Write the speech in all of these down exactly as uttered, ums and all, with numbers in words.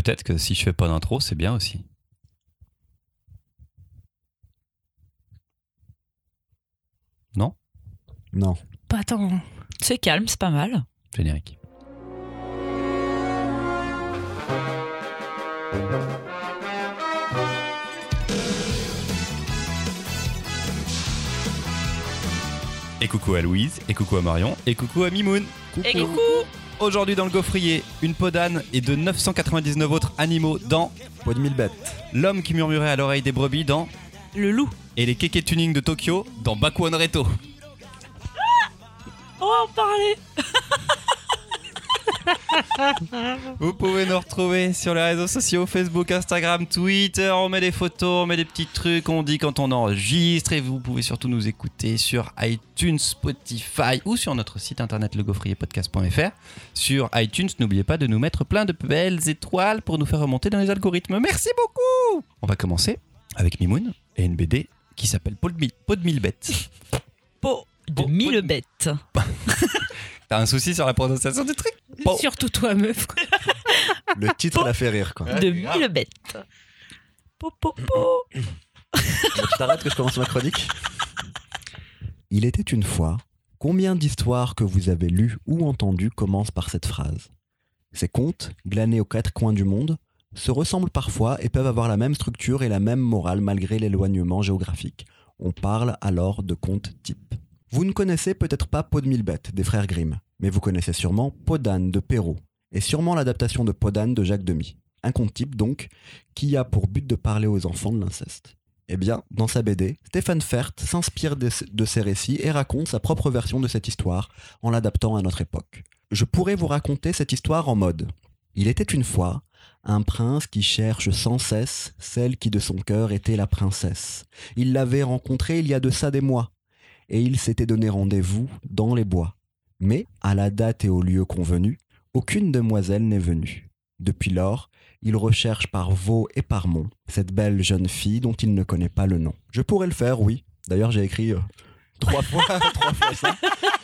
Peut-être que si je fais pas d'intro, c'est bien aussi. Non ? Non. Pas tant. C'est calme, c'est pas mal. Générique. Et coucou à Louise, et coucou à Marion, et coucou à Mimoun. Coucou. Et coucou. Aujourd'hui dans le gaufrier, une peau d'âne et de neuf cent quatre-vingt-dix-neuf autres animaux dans Peau de mille bêtes. L'homme qui murmurait à l'oreille des brebis dans Le loup. Et les kékés tuning de Tokyo dans Baku on Reto. On va en parler. Vous pouvez nous retrouver sur les réseaux sociaux, Facebook, Instagram, Twitter. On met des photos, on met des petits trucs, on dit quand on enregistre. Et vous pouvez surtout nous écouter sur iTunes, Spotify ou sur notre site internet legaufrierpodcast point f r. Sur iTunes, n'oubliez pas de nous mettre plein de belles étoiles pour nous faire remonter dans les algorithmes. Merci beaucoup. On va commencer avec Mimoun et une B D qui s'appelle Peau de mille, Peau de mille bêtes. Peau de Peau- mille peau de- bêtes. T'as un souci sur la prononciation du truc? Peau. Surtout toi, meuf. quoi. Le titre l'a fait rire, quoi. De mille bêtes. Po, po, po. Bon, tu t'arrêtes que je commence ma chronique. Il était une fois. Combien d'histoires que vous avez lues ou entendues commencent par cette phrase? Ces contes, glanés aux quatre coins du monde, se ressemblent parfois et peuvent avoir la même structure et la même morale malgré l'éloignement géographique. On parle alors de contes types. Vous ne connaissez peut-être pas Peau de mille bêtes des frères Grimm, mais vous connaissez sûrement Peau d'âne de Perrault, et sûrement l'adaptation de Peau d'âne de Jacques Demy. Un conte type donc, qui a pour but de parler aux enfants de l'inceste. Eh bien, dans sa B D, Stéphane Fert s'inspire de, de ces récits et raconte sa propre version de cette histoire en l'adaptant à notre époque. Je pourrais vous raconter cette histoire en mode « Il était une fois un prince qui cherche sans cesse celle qui de son cœur était la princesse. Il l'avait rencontrée il y a de ça des mois. Et il s'était donné rendez-vous dans les bois. Mais, à la date et au lieu convenu, aucune demoiselle n'est venue. Depuis lors, il recherche par Vaux et par Mont cette belle jeune fille dont il ne connaît pas le nom. Je pourrais le faire, oui. D'ailleurs, j'ai écrit euh, trois fois, trois fois ça.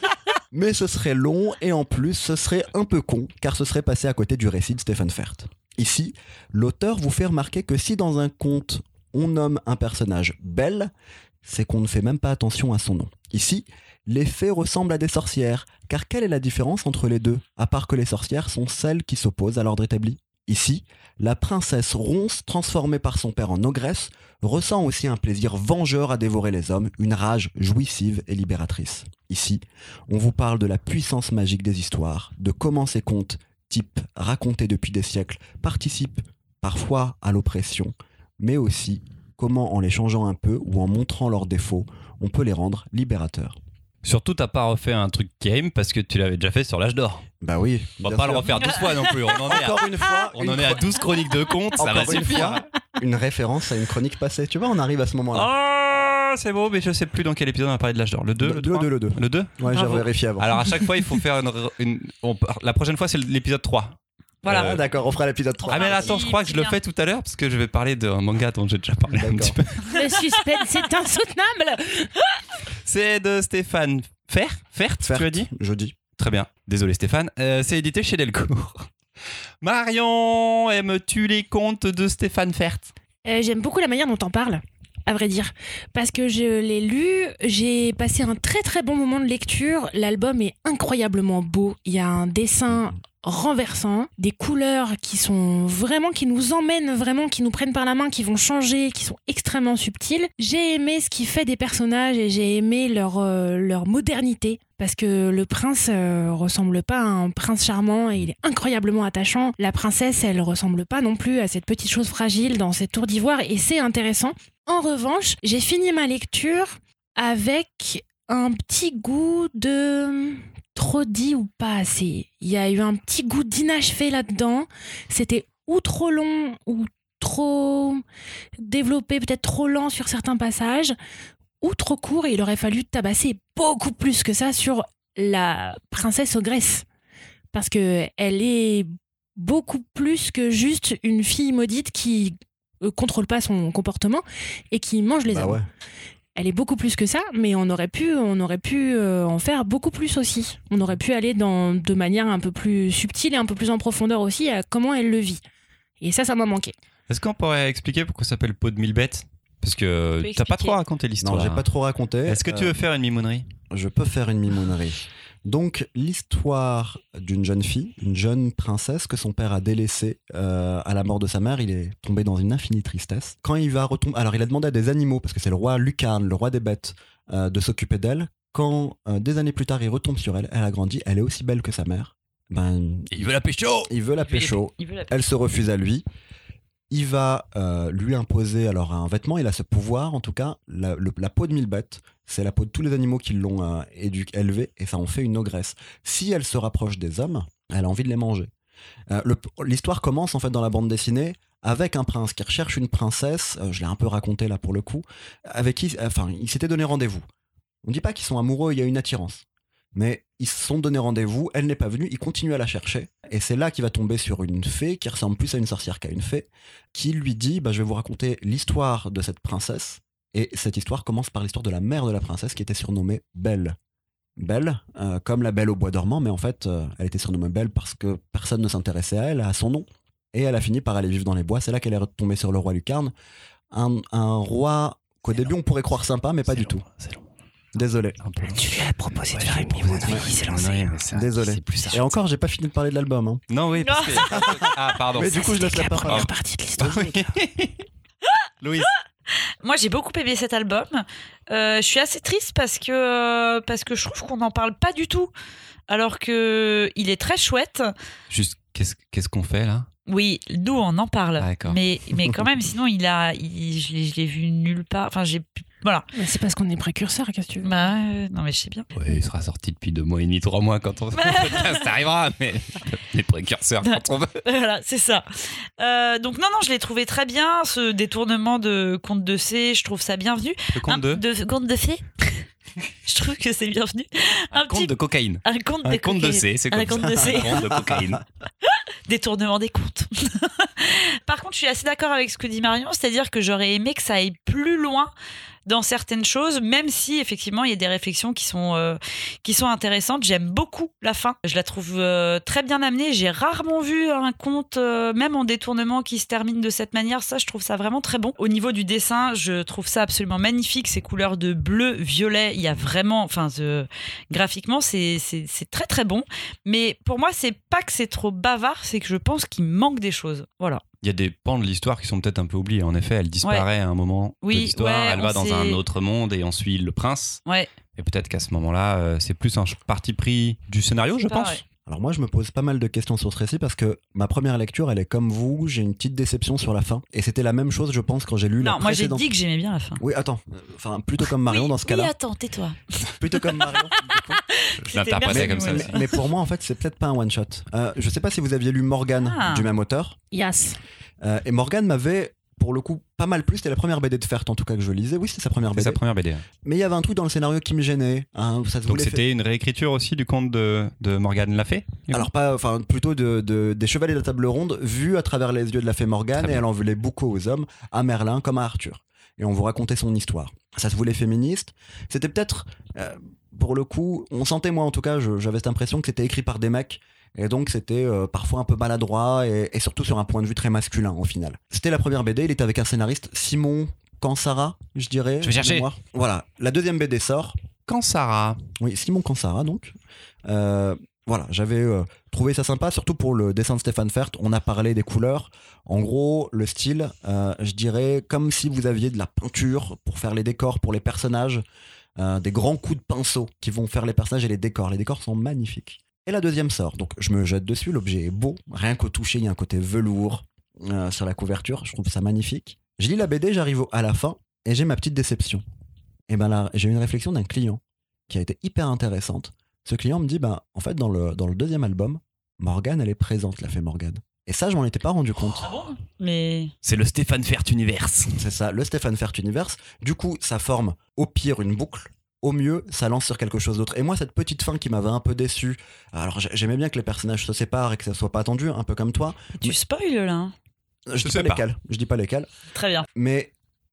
Mais ce serait long et en plus, ce serait un peu con, car ce serait passé à côté du récit de Stéphane Fert. Ici, l'auteur vous fait remarquer que si dans un conte, on nomme un personnage belle, c'est qu'on ne fait même pas attention à son nom. Ici, les fées ressemblent à des sorcières, car quelle est la différence entre les deux, à part que les sorcières sont celles qui s'opposent à l'ordre établi? Ici, la princesse ronce, transformée par son père en ogresse, ressent aussi un plaisir vengeur à dévorer les hommes, une rage jouissive et libératrice. Ici, on vous parle de la puissance magique des histoires, de comment ces contes, types racontés depuis des siècles, participent parfois à l'oppression, mais aussi comment en les changeant un peu ou en montrant leurs défauts, on peut les rendre libérateurs. Surtout, t'as pas refait un truc game parce que tu l'avais déjà fait sur l'âge d'or. Bah oui. On va bien pas sûr. le refaire douze fois non plus. On en est à, Encore une fois, on une en est à chro- douze chroniques de contes, ça va Encore une suffire. fois, une référence à une chronique passée. Tu vois, on arrive à ce moment-là. Ah, c'est beau, mais je sais plus dans quel épisode on a parlé de l'âge d'or. Le deux, le, le trois deux, le deux. Le deux Ouais, j'ai Bravo. vérifié avant. Alors à chaque fois, il faut faire une... une- on- la prochaine fois, c'est l'épisode trois. Voilà. Euh, Ah, d'accord, on fera l'épisode trois. Ah mais là, Ah, attends, si, je crois que c'est je le bien. fais tout à l'heure parce que je vais parler d'un manga dont j'ai déjà parlé un D'accord. petit peu. Le suspense, c'est insoutenable. C'est de Stéphane Fert, Fert, Fert, tu as dit? Je dis. Très bien, désolé Stéphane. Euh, c'est édité chez Delcourt. Marion, aimes-tu les contes de Stéphane Fert? Euh, J'aime beaucoup la manière dont t'en parles, à vrai dire. Parce que je l'ai lu, j'ai passé un très très bon moment de lecture. L'album est incroyablement beau. Il y a un dessin renversant, des couleurs qui sont vraiment, qui nous emmènent vraiment, qui nous prennent par la main, qui vont changer, qui sont extrêmement subtiles. J'ai aimé ce qui fait des personnages et j'ai aimé leur, euh, leur modernité. Parce que le prince euh, ressemble pas à un prince charmant et il est incroyablement attachant. La princesse, elle ressemble pas non plus à cette petite chose fragile dans cette tour d'ivoire et c'est intéressant. En revanche, j'ai fini ma lecture avec un petit goût de trop dit ou pas assez. Il y a eu un petit goût d'inachevé là-dedans. C'était ou trop long ou trop développé, peut-être trop lent sur certains passages, ou trop court et il aurait fallu tabasser beaucoup plus que ça sur la princesse ogresse. Parce que elle est beaucoup plus que juste une fille maudite qui euh, contrôle pas son comportement et qui mange les Bah hommes. ouais. Elle est beaucoup plus que ça, mais on aurait pu, on aurait pu euh, en faire beaucoup plus aussi. On aurait pu aller dans, de manière un peu plus subtile et un peu plus en profondeur aussi à comment elle le vit. Et ça, ça m'a manqué. Est-ce qu'on pourrait expliquer pourquoi ça s'appelle Pot de mille bêtes? Parce que peux t'as pas expliquer. trop raconté l'histoire. Non, j'ai pas trop raconté. Est-ce que tu Euh, veux faire une mimounerie? Je peux faire une mimounerie. Donc, l'histoire d'une jeune fille, une jeune princesse que son père a délaissée euh, à la mort de sa mère. Il est tombé dans une infinie tristesse. Quand il va retomber... Alors, il a demandé à des animaux, parce que c'est le roi Lucarne, le roi des bêtes, euh, de s'occuper d'elle. Quand, euh, des années plus tard, il retombe sur elle, elle a grandi, elle est aussi belle que sa mère. Ben, Il veut la pécho. il veut la pécho. Il veut la Elle se refuse à lui. Il va euh, lui imposer alors un vêtement. Il a ce pouvoir, en tout cas, la, le- la peau de mille bêtes. C'est la peau de tous les animaux qui l'ont euh, édu- élevée, et ça en fait une ogresse. Si elle se rapproche des hommes, elle a envie de les manger. Euh, le- L'histoire commence en fait dans la bande dessinée avec un prince qui recherche une princesse. euh, je l'ai un peu raconté là pour le coup. Avec qui, enfin, il s'était donné rendez-vous. On dit pas qu'ils sont amoureux, il y a une attirance. Mais ils se sont donné rendez-vous, elle n'est pas venue, il continue à la chercher. Et c'est là qu'il va tomber sur une fée qui ressemble plus à une sorcière qu'à une fée, qui lui dit bah, je vais vous raconter l'histoire de cette princesse. Et cette histoire commence par l'histoire de la mère de la princesse qui était surnommée Belle. Belle, euh, comme la Belle au bois dormant, mais en fait, euh, elle était surnommée Belle parce que personne ne s'intéressait à elle, à son nom. Et elle a fini par aller vivre dans les bois. C'est là qu'elle est retombée sur le roi Lucarne. Un, un roi qu'au début on pourrait croire sympa, mais pas du tout. C'est long. Désolé. Un peu long. Tu lui as proposé de Ouais, faire j'ai une proposé de mimounerie, faire il s'est une lancé. mimounerie, mais c'est- Désolé. c'est plus ça. Et encore, j'ai pas fini de parler de l'album. Hein. Non, oui, parce que. Ah, pardon. Mais du coup, je laisse la la parole. première partie de l'histoire. Oui. Louise. Moi, j'ai beaucoup aimé cet album. Euh, je suis assez triste parce que, parce que je trouve qu'on n'en parle pas du tout. Alors que il est très chouette. Juste, qu'est-ce qu'est-ce qu'on fait là? Oui, nous, on en parle. Ah, d'accord. mais, mais quand même, sinon, il a, il- je l'ai- je l'ai vu nulle part. Enfin, j'ai. pu- Voilà. Mais c'est parce qu'on est précurseur, qu'est-ce que tu veux? Bah, euh, non, mais je sais bien. Ouais, il sera sorti depuis deux mois et demi, trois mois quand on. ça arrivera, mais les précurseurs quand on veut. Voilà, c'est ça. Euh, donc, non, non, je l'ai trouvé très bien. Ce détournement de conte de fées, je trouve ça bienvenu. Le compte Un- de. de conte de fées Je trouve que c'est bienvenu. Un, Un petit. compte de cocaïne. Un conte Un de compte de cocaïne. C, c'est Un comme compte de ça. C. Un compte de cocaïne. Détournement des comptes. Par contre, je suis assez d'accord avec ce que dit Marion, c'est-à-dire que j'aurais aimé que ça aille plus loin dans certaines choses, même si effectivement il y a des réflexions qui sont euh, qui sont intéressantes. J'aime beaucoup la fin, je la trouve euh, très bien amenée. J'ai rarement vu un conte, euh, même en détournement, qui se termine de cette manière. Ça, je trouve ça vraiment très bon. Au niveau du dessin, je trouve ça absolument magnifique. Ces couleurs de bleu, violet, il y a vraiment, enfin, euh, graphiquement, c'est c'est c'est très très bon. Mais pour moi, c'est pas que c'est trop bavard, c'est que je pense qu'il manque des choses. Voilà. Il y a des pans de l'histoire qui sont peut-être un peu oubliés. En effet, elle disparaît à un moment Oui, de l'histoire. ouais, elle on va dans sait- un autre monde et on suit le prince. Ouais. Et peut-être qu'à ce moment-là, euh, c'est plus un ch- parti pris du scénario, je Pas, pense. ouais. Alors moi, je me pose pas mal de questions sur ce récit parce que ma première lecture, elle est comme vous, j'ai une petite déception sur la fin. Et c'était la même chose, je pense, quand j'ai lu la Non, moi j'ai précédente. dit que j'aimais bien la fin. Oui, attends. euh, Enfin, plutôt comme Marion oui, dans ce oui, cas-là. attends, tais-toi. Plutôt comme Marion. du coup. Je l'interprétais C'était comme ça bien, aussi. mais, mais pour moi, en fait, c'est peut-être pas un one-shot. Euh, je sais pas si vous aviez lu Morgane Ah. du même auteur. Yes. Euh, et Morgane m'avait, pour le coup, pas mal plu. C'était la première B D de Fert, en tout cas, que je lisais. Oui, c'était sa première C'est B D. sa première B D. Mais il y avait un truc dans le scénario qui me gênait. hein, ça se Donc voulait c'était une réécriture aussi du conte de, de Morgane Lafay du coup Alors pas, enfin plutôt de, de- des chevaliers de la table ronde vus à travers les yeux de la fée Morgane, Très et bien. elle en voulait beaucoup aux hommes, à Merlin comme à Arthur. Et on vous racontait son histoire. Ça se voulait féministe. C'était peut-être, euh, pour le coup, on sentait, moi en tout cas, je- j'avais cette impression que c'était écrit par des mecs. Et donc c'était euh, parfois un peu maladroit et, et surtout sur un point de vue très masculin au final. C'était la première B D, il était avec un scénariste, Simon Cansara, je dirais. Je vais de chercher. mémoire. Voilà, la deuxième B D sort. Quand Sarah. Oui, Simon Cansara donc. Euh, voilà, j'avais euh, trouvé ça sympa, surtout pour le dessin de Stéphane Fert. On a parlé des couleurs. En gros, le style, euh, je dirais comme si vous aviez de la peinture pour faire les décors, pour les personnages, euh, des grands coups de pinceau qui vont faire les personnages et les décors. Les décors sont magnifiques. Et la deuxième sort, donc je me jette dessus, l'objet est beau, rien qu'au toucher, il y a un côté velours euh, sur la couverture, je trouve ça magnifique. Je lis la B D, j'arrive au- à la fin et j'ai ma petite déception. Et ben là, j'ai eu une réflexion d'un client qui a été hyper intéressante. Ce client me dit, ben, en fait, dans le, dans le deuxième album, Morgane, elle est présente, la fée Morgane. Et ça, je m'en étais pas rendu compte. Ah bon Mais. C'est le Stéphane Fert Universe. C'est ça, le Stéphane Fert Universe. Du coup, ça forme au pire une boucle. Au mieux, ça lance sur quelque chose d'autre. Et moi, cette petite fin qui m'avait un peu déçu. Alors, j'ai- j'aimais bien que les personnages se séparent et que ça soit pas attendu, un peu comme toi. Tu spoil là. hein. Je, dis sais pas pas. lesquels. Je dis pas lesquels. Très bien. Mais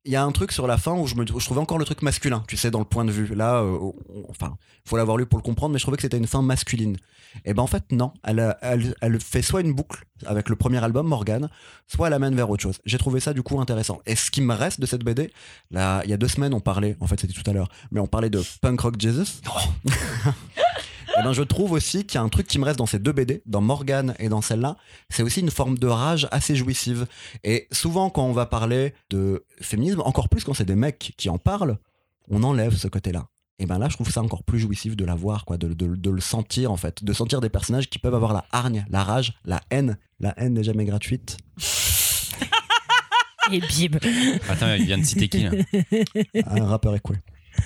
il y a un truc sur la fin où je, me, où je trouvais encore le truc masculin, tu sais, dans le point de vue. Là, euh, on- enfin, faut l'avoir lu pour le comprendre, mais je trouvais que c'était une fin masculine. Et ben en fait, non. Elle, a- elle, elle fait soit une boucle avec le premier album, Morgane, soit elle amène vers autre chose. J'ai trouvé ça du coup intéressant. Et ce qui me reste de cette B D, là, il y a deux semaines, on parlait, en fait c'était tout à l'heure, mais on parlait de Punk Rock Jesus. Et ben je trouve aussi qu'il y a un truc qui me reste dans ces deux B D, dans Morgane et dans celle-là, c'est aussi une forme de rage assez jouissive. Et souvent quand on va parler de féminisme, encore plus quand c'est des mecs qui en parlent, on enlève ce côté-là. Et ben là je trouve ça encore plus jouissif de la voir, quoi, de, de, de le sentir en fait, de sentir des personnages qui peuvent avoir la hargne, la rage, la haine. La haine n'est jamais gratuite. Et bim. Attends, il vient de citer qui là? Un rappeur écoué.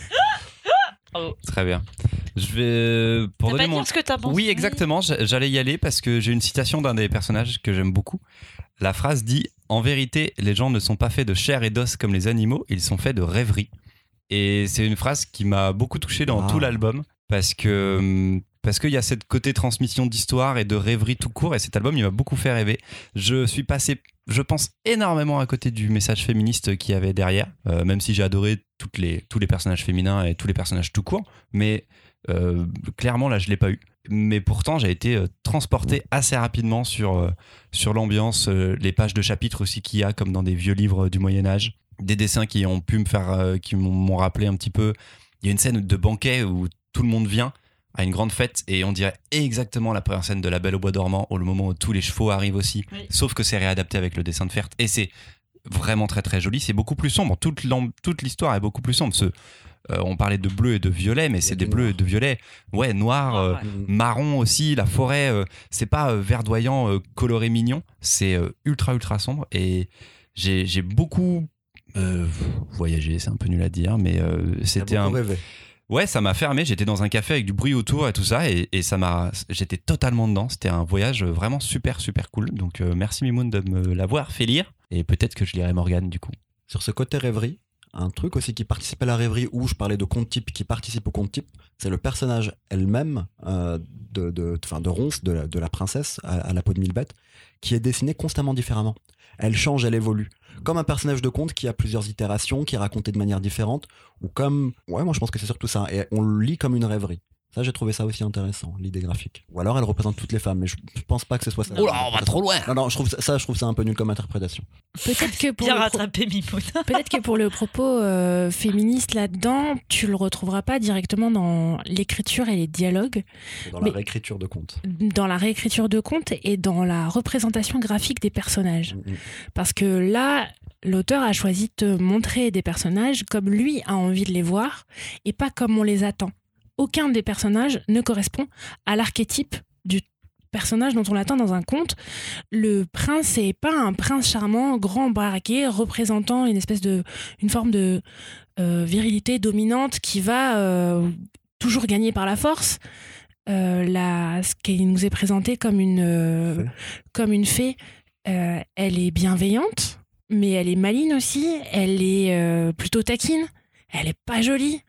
Très bien. Je vais pour T'as donner pas mon dire ce que t'as pensé. Oui, exactement. J'- J'allais y aller parce que j'ai une citation d'un des personnages que j'aime beaucoup. La phrase dit: en vérité, les gens ne sont pas faits de chair et d'os comme les animaux, ils sont faits de rêverie. Et c'est une phrase qui m'a beaucoup touché dans Ah. tout l'album parce que hum, parce qu'il y a cette côté transmission d'histoire et de rêverie tout court, et cet album il m'a beaucoup fait rêver. Je suis passé, je pense, énormément à côté du message féministe qu'il y avait derrière, euh, même si j'ai adoré toutes les, tous les personnages féminins et tous les personnages tout court, mais euh, clairement là je l'ai pas eu. Mais pourtant j'ai été euh, transporté assez rapidement sur, euh, sur l'ambiance, euh, les pages de chapitres aussi qu'il y a comme dans des vieux livres du Moyen-Âge, des dessins qui ont pu me faire, euh, qui m'ont m'ont rappelé un petit peu. Il y a une scène de banquet où tout le monde vient à une grande fête et on dirait exactement la première scène de La Belle au Bois dormant, au le moment où tous les chevaux arrivent aussi, Oui. sauf que c'est réadapté avec le dessin de Fert et c'est vraiment très très joli, c'est beaucoup plus sombre, toute, l'am- toute l'histoire est beaucoup plus sombre. Ce, euh, on parlait de bleu et de violet, mais Il y a c'est du des bleus noir. et de violet, ouais, noir, Ah, euh, ouais. marron aussi, la forêt, euh, c'est pas euh, verdoyant, euh, coloré mignon, c'est euh, ultra ultra sombre et j'ai, j'ai beaucoup euh, voyagé, c'est un peu nul à dire, mais euh, c'était T'as un... beaucoup rêvé. Ouais, ça m'a fermé. J'étais dans un café avec du bruit autour et tout ça, et, et ça m'a. J'étais totalement dedans. C'était un voyage vraiment super super cool. Donc euh, merci Mimoun de me l'avoir fait lire, et peut-être que je lirai Morgane du coup. Sur ce côté rêverie, un truc aussi qui participe à la rêverie, où je parlais de conte type qui participe au conte type, c'est le personnage elle-même euh, de, de, enfin, de Ronce, de la, de la princesse à, à la peau de mille bêtes, qui est dessinée constamment différemment. Elle change, elle évolue. Comme un personnage de conte qui a plusieurs itérations, qui est raconté de manière différente, ou comme... Ouais, moi je pense que c'est surtout ça. Et on le lit comme une rêverie. Ça, j'ai trouvé ça aussi intéressant, l'idée graphique. Ou alors elle représente toutes les femmes, mais je je pense pas que ce soit ça. Oh là, on va trop loin. Non, non, je trouve ça, ça, je trouve ça un peu nul comme interprétation. Peut-être que pour Bien le pro- rattrapé, Mimoun. peut-être que pour le propos euh, féministe là-dedans, tu le retrouveras pas directement dans l'écriture et les dialogues, C'est dans Mais- la réécriture de conte. dans la réécriture de contes et dans la représentation graphique des personnages. Mm, mm. Parce que là, l'auteur a choisi de te montrer des personnages comme lui a envie de les voir et pas comme on les attend. Aucun des personnages ne correspond à l'archétype du personnage dont on l'attend dans un conte. Le prince n'est pas un prince charmant, grand, baraqué, représentant une espèce de, une forme de euh, virilité dominante qui va euh, toujours gagner par la force. Euh, la, ce qui nous est présenté comme une, euh, Fée. comme une fée, euh, elle est bienveillante, mais elle est maligne aussi, elle est euh, plutôt taquine, elle est pas jolie.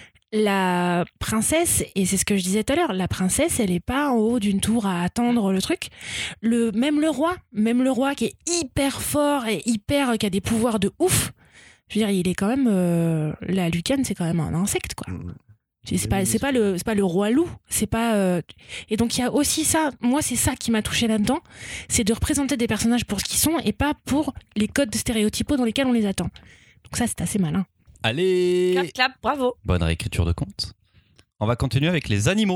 La princesse, et c'est ce que je disais tout à l'heure, la princesse, elle est pas en haut d'une tour à attendre le truc. Le, même le roi, même le roi qui est hyper fort et hyper, qui a des pouvoirs de ouf, je veux dire, il est quand même, euh, la Lucane, c'est quand même un insecte, quoi. Mm. C'est c'est pas, c'est pas le, c'est pas le roi loup, c'est pas. euh, Et donc il y a aussi ça. Moi, c'est ça qui m'a touché là-dedans, c'est de représenter des personnages pour ce qu'ils sont et pas pour les codes stéréotypaux dans lesquels on les attend. Donc ça, c'est assez malin. Allez, Clap, clap, bravo. bonne réécriture de conte. On va continuer avec les animaux.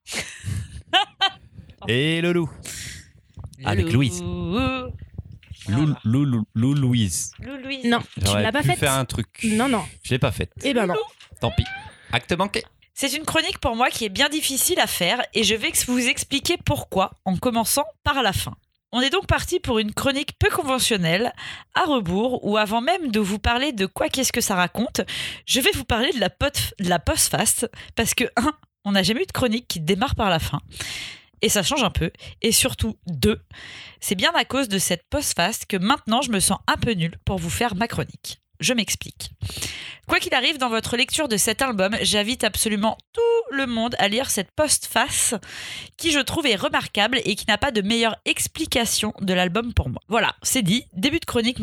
Et le loup. Avec Lou- Louise. Lou, Lou, Lou, Lou Louise. Lou Louise. Non, tu J'aurais l'as pas pu faite. faire un truc. Non, non. Je l'ai pas faite. Eh ben non. Tant pis. Acte manqué. C'est une chronique pour moi qui est bien difficile à faire et je vais vous expliquer pourquoi en commençant par la fin. On est donc parti pour une chronique peu conventionnelle, à rebours, où avant même de vous parler de quoi qu'est-ce que ça raconte, je vais vous parler de la, pot- de la post-face, parce que, un, on n'a jamais eu de chronique qui démarre par la fin, et ça change un peu, et surtout, deux, c'est bien à cause de cette post-face que maintenant je me sens un peu nulle pour vous faire ma chronique. Je m'explique. Quoi qu'il arrive dans votre lecture de cet album, j'invite absolument tout le monde à lire cette postface qui je trouve est remarquable et qui n'a pas de meilleure explication de l'album pour moi. Voilà, c'est dit, début de chronique maintenant.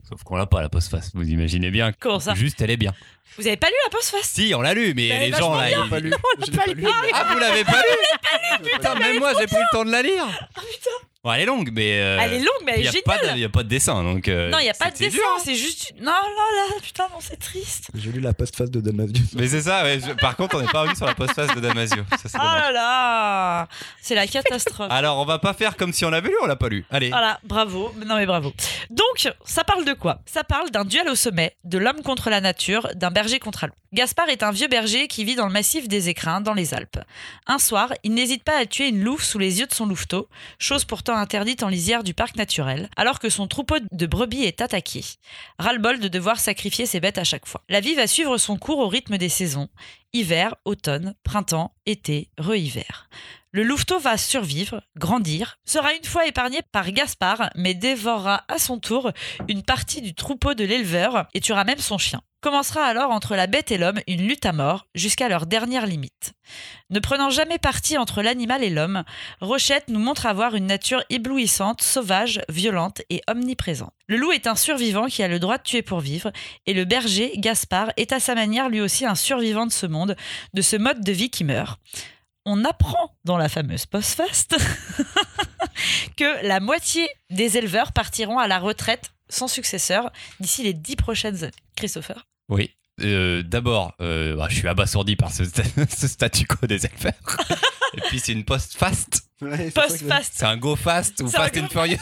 Sauf qu'on l'a pas, la postface. Vous imaginez bien. Comment ça ? Juste, elle est bien. Vous avez pas lu la postface ? Si, on l'a lu, mais Elle est les gens vachement là. bien. ils- Pas lu. On Je l'a l'ai pas lu. Ah, vous l'avez pas lu Putain, même moi, j'ai pris le temps de la lire. Ah putain. Bon, elle est longue, mais. euh, Elle est longue, mais elle Il est n'y a, pas géniale. de- y a pas de dessin, donc. euh, Non, il n'y a pas de c'était dessin, dur, hein. c'est juste. Non, non, là, putain, non, c'est triste. J'ai lu la postface de Damasio. Mais c'est ça, ouais. je- Par contre, on n'est pas revenu sur la postface de Damasio. Ça, c'est Oh dommage. là là, c'est la catastrophe. Alors, on va pas faire comme si on l'avait lu, on l'a pas lu. Allez. Voilà, bravo. Non mais bravo. Donc, ça parle de quoi ? Ça parle d'un duel au sommet, de l'homme contre la nature, d'un berger contre un loup. Gaspard est un vieux berger qui vit dans le massif des Écrins, dans les Alpes. Un soir, il n'hésite pas à tuer une louve sous les yeux de son louveteau, chose pourtant interdite en lisière du parc naturel, alors que son troupeau de brebis est attaqué. Ras-le-bol de devoir sacrifier ses bêtes à chaque fois. La vie va suivre son cours au rythme des saisons. Hiver, automne, printemps, été, re-hiver. Le louveteau va survivre, grandir, sera une fois épargné par Gaspard, mais dévorera à son tour une partie du troupeau de l'éleveur et tuera même son chien. Commencera alors entre la bête et l'homme une lutte à mort, jusqu'à leur dernière limite. Ne prenant jamais parti entre l'animal et l'homme, Rochette nous montre avoir une nature éblouissante, sauvage, violente et omniprésente. Le loup est un survivant qui a le droit de tuer pour vivre, et le berger, Gaspard, est à sa manière lui aussi un survivant de ce monde, de ce mode de vie qui meurt. On apprend dans la fameuse postface que la moitié des éleveurs partiront à la retraite sans successeur d'ici les dix prochaines années. Christopher ? Oui. Euh, D'abord, euh, bah, je suis abasourdi par ce, ce statu quo des éleveurs. Et puis, c'est une post-fast. Post-fast. C'est un go fast ou C'est un fast go- and furious.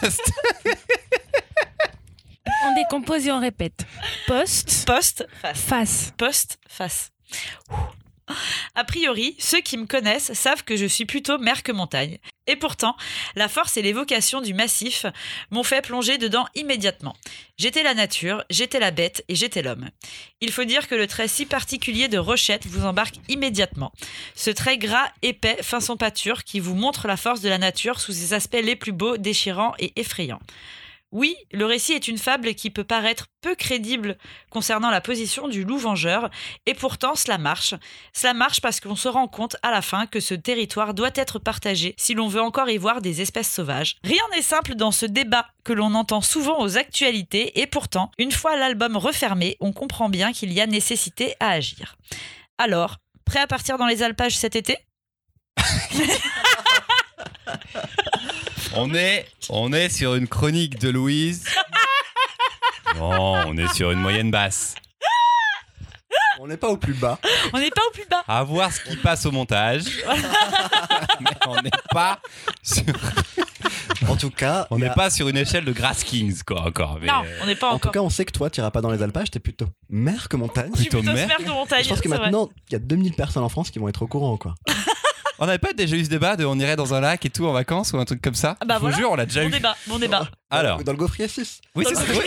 On décompose et on répète. Post, Post-face. face. Post-face. Ouh. A priori, ceux qui me connaissent savent que je suis plutôt mer que montagne. Et pourtant, la force et l'évocation du massif m'ont fait plonger dedans immédiatement. J'étais la nature, j'étais la bête et j'étais l'homme. Il faut dire que le trait si particulier de Rochette vous embarque immédiatement. Ce trait gras, épais, fin sans pâture qui vous montre la force de la nature sous ses aspects les plus beaux, déchirants et effrayants. Oui, le récit est une fable qui peut paraître peu crédible concernant la position du loup vengeur, et pourtant cela marche. Cela marche parce qu'on se rend compte à la fin que ce territoire doit être partagé si l'on veut encore y voir des espèces sauvages. Rien n'est simple dans ce débat que l'on entend souvent aux actualités, et pourtant, une fois l'album refermé, on comprend bien qu'il y a nécessité à agir. Alors, prêt à partir dans les alpages cet été ? On est, on est sur une chronique de Louise. Non, on est sur une moyenne basse. On n'est pas au plus bas. On n'est pas au plus bas. À voir ce qui passe au montage. Mais on n'est pas sur, En tout cas, on il y n'est a- pas sur une échelle de Grass Kings, quoi, encore. Mais, Non, euh, on n'est pas en tout encore. cas, on sait que toi, tu iras pas dans les alpages, t'es plutôt mer que montagne. Je suis plutôt plutôt mer. mer que montagne. Je pense que c'est vrai. maintenant, il y a deux mille personnes en France qui vont être au courant, quoi. on n'avait pas déjà eu ce débat de on irait dans un lac et tout en vacances ou un truc comme ça. Ah bah Je vous voilà. jure, on l'a déjà Bon eu. débat, bon débat. Alors, Dans le Gaufrier six. oui, c'est ça. oui.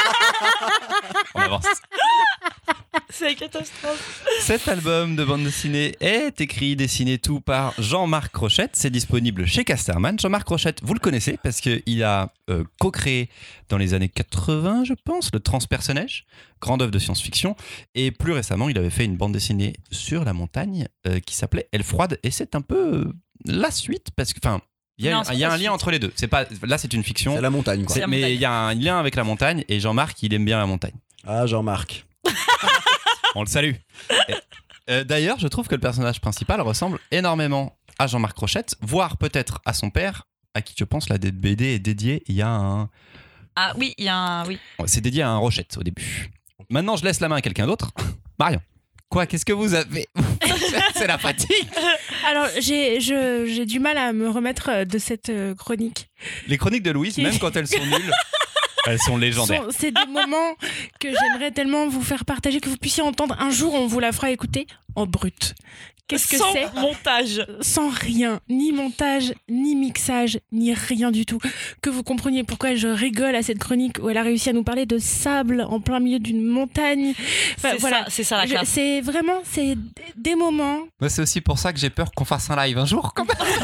On avance. C'est la catastrophe. Cet album de bande dessinée est écrit, dessiné tout par Jean-Marc Rochette. C'est disponible chez Casterman. Jean-Marc Rochette, vous le connaissez parce qu'il a euh, co-créé dans les années quatre-vingts, je pense, le Transpersonnage, grande œuvre de science-fiction. Et plus récemment, il avait fait une bande dessinée sur la montagne euh, qui s'appelait Elle Froide. Et c'est un peu euh, la suite parce que, enfin, il y a, Non, c'est il y a pas un la lien suite. entre les deux. C'est pas, là, c'est une fiction. C'est la montagne, quoi. C'est- la mais montagne. il y a un lien avec la montagne et Jean-Marc, il aime bien la montagne. Ah, Jean-Marc. On le salue. Et, euh, D'ailleurs, je trouve que le personnage principal ressemble énormément à Jean-Marc Rochette, voire peut-être à son père, à qui je pense la B D est dédiée. Il y a un, Ah oui, il y a un. Oui. c'est dédié à un Rochette au début. Maintenant, je laisse la main à quelqu'un d'autre. Marion. Quoi, qu'est-ce que vous avez? C'est la fatigue. Alors, j'ai je- j'ai du mal à me remettre de cette euh, chronique. Les chroniques de Louise, même quand elles sont nulles, elles sont légendaires. Sont- C'est des moments que j'aimerais tellement vous faire partager, que vous puissiez entendre. Un jour, on vous la fera écouter en brut. Qu'est-ce que Sans c'est? montage. Sans rien, ni montage, ni mixage, ni rien du tout. Que vous compreniez pourquoi je rigole à cette chronique où elle a réussi à nous parler de sable en plein milieu d'une montagne. Enfin, C'est voilà. ça, c'est ça la Je- classe. C'est vraiment, c'est des moments. Moi, c'est aussi pour ça que j'ai peur qu'on fasse un live un jour, quand même.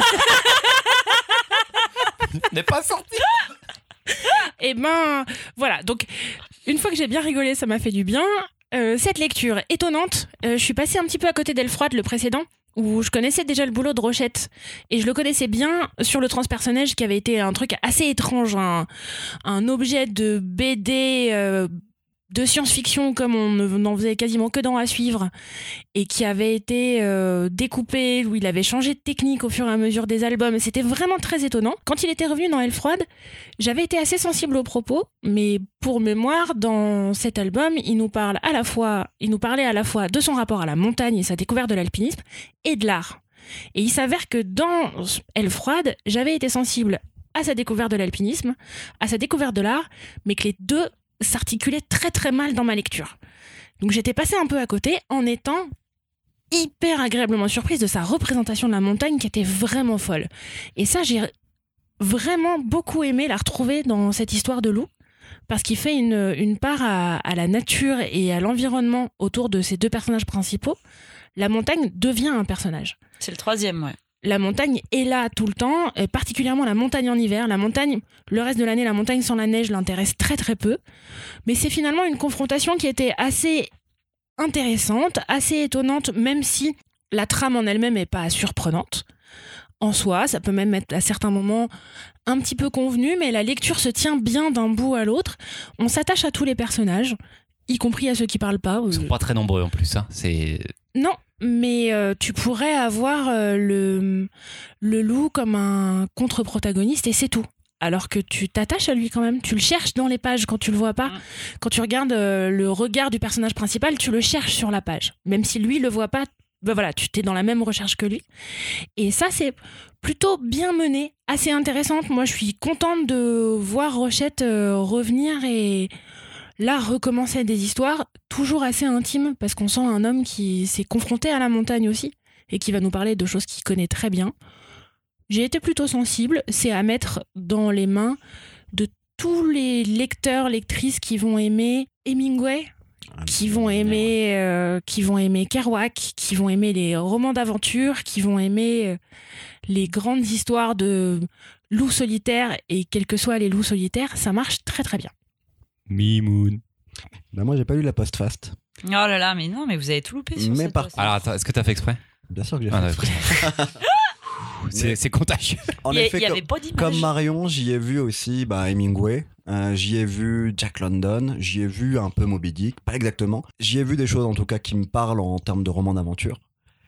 Il n'est pas sorti. Et ben, voilà. Donc, une fois que j'ai bien rigolé, ça m'a fait du bien. Euh, cette lecture étonnante, euh, je suis passée un petit peu à côté d'Elle Froide, le précédent, où je connaissais déjà le boulot de Rochette. Et je le connaissais bien sur le transpersonnage qui avait été un truc assez étrange, un, un objet de B D euh, de science-fiction comme on n'en faisait quasiment que dans À suivre, et qui avait été euh, découpé, où il avait changé de technique au fur et à mesure des albums. C'était vraiment très étonnant. Quand il était revenu dans Elle froide, j'avais été assez sensible aux propos, mais pour mémoire, dans cet album, il nous parle à la fois, il nous parlait à la fois de son rapport à la montagne et sa découverte de l'alpinisme et de l'art. Et il s'avère que dans Elle froide, j'avais été sensible à sa découverte de l'alpinisme, à sa découverte de l'art, mais que les deux s'articulait très très mal dans ma lecture. Donc j'étais passée un peu à côté en étant hyper agréablement surprise de sa représentation de la montagne qui était vraiment folle. Et ça, j'ai vraiment beaucoup aimé la retrouver dans cette histoire de loup, parce qu'il fait une, une part à, à la nature et à l'environnement autour de ces deux personnages principaux. La montagne devient un personnage. C'est le troisième, ouais. La montagne est là tout le temps, et particulièrement la montagne en hiver. La montagne, le reste de l'année, la montagne sans la neige l'intéresse très très peu. Mais c'est finalement une confrontation qui était assez intéressante, assez étonnante, même si la trame en elle-même n'est pas surprenante. En soi, ça peut même être à certains moments un petit peu convenu, mais la lecture se tient bien d'un bout à l'autre. On s'attache à tous les personnages, y compris à ceux qui parlent pas. Ils sont pas très nombreux en plus, hein. C'est... Non, mais euh, tu pourrais avoir euh, le, le loup comme un contre-protagoniste et c'est tout. Alors que tu t'attaches à lui quand même. Tu le cherches dans les pages quand tu le vois pas. Quand tu regardes euh, le regard du personnage principal, tu le cherches sur la page. Même si lui le voit pas, ben voilà, tu t'es dans la même recherche que lui. Et ça, c'est plutôt bien mené, assez intéressante. Moi, je suis contente de voir Rochette euh, revenir et... là, recommencer des histoires toujours assez intimes, parce qu'on sent un homme qui s'est confronté à la montagne aussi, et qui va nous parler de choses qu'il connaît très bien. J'ai été plutôt sensible, c'est à mettre dans les mains de tous les lecteurs, lectrices qui vont aimer Hemingway, qui vont aimer, euh, qui vont aimer Kerouac, qui vont aimer les romans d'aventure, qui vont aimer euh, les grandes histoires de loups solitaires, et quels que soient les loups solitaires, ça marche très très bien. Mimoun. Bah moi j'ai pas lu la post-fast. Oh là là, mais non, mais vous avez tout loupé sur Mais cette par- poste. Alors attends, est-ce que t'as fait exprès? Bien sûr que j'ai Ah, fait. non, c'est, c'est contagieux. En il y, a- effet, il y comme, avait pas d'image. comme Marion, j'y ai vu aussi bah, Hemingway, euh, j'y ai vu Jack London, j'y ai vu un peu Moby Dick, pas exactement. J'y ai vu des choses en tout cas qui me parlent en termes de romans d'aventure.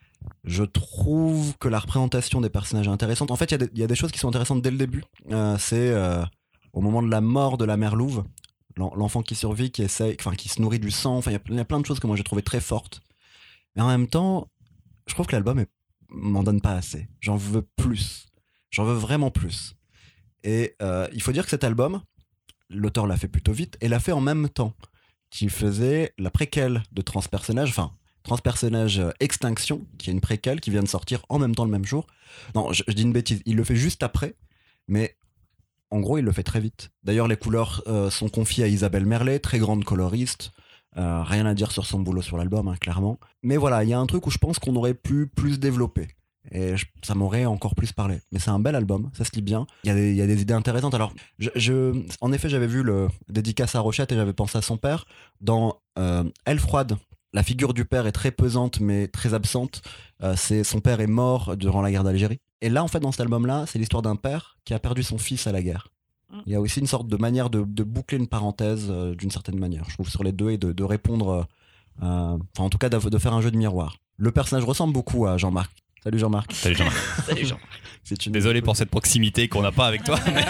Je trouve que la représentation des personnages est intéressante. En fait, il y, y a des choses qui sont intéressantes dès le début. Euh, c'est euh, au moment de la mort de la mère louve, l'en- l'enfant qui survit, qui essaye, enfin qui se nourrit du sang. Enfin, il y a- il y, a plein de choses que moi j'ai trouvé très fortes. Mais en même temps, je trouve que l'album est- m'en donne pas assez. J'en veux plus. J'en veux vraiment plus. Et euh, il faut dire que cet album, l'auteur l'a fait plutôt vite et l'a fait en même temps qu'il faisait la préquelle de Transpersonnage, enfin Transpersonnage euh, Extinction, qui est une préquelle qui vient de sortir en même temps le même jour. Non, je, je dis une bêtise, il le fait juste après, mais en gros il le fait très vite. D'ailleurs les couleurs euh, sont confiées à Isabelle Merlet, très grande coloriste. Euh, rien à dire sur son boulot sur l'album, hein, clairement. Mais voilà, il y a un truc où je pense qu'on aurait pu plus développer. Et je- ça m'aurait encore plus parlé. Mais c'est un bel album, ça se lit bien. Il y a des, il y a des idées intéressantes. Alors, je, je- en effet, j'avais vu le dédicace à Rochette et j'avais pensé à son père. Dans euh, Elle froide, la figure du père est très pesante mais très absente. Euh, c'est, son père est mort durant la guerre d'Algérie. Et là, en fait, dans cet album-là, c'est l'histoire d'un père qui a perdu son fils à la guerre. Il y a aussi une sorte de manière de, de boucler une parenthèse euh, d'une certaine manière, je trouve, sur les deux et de, de répondre, euh, euh, enfin en tout cas de, de faire un jeu de miroir. Le personnage ressemble beaucoup à Jean-Marc. Salut Jean-Marc. Salut Jean-Marc. Salut Jean. Si tu nous Désolé écoutes- pour cette proximité qu'on n'a pas avec toi. mais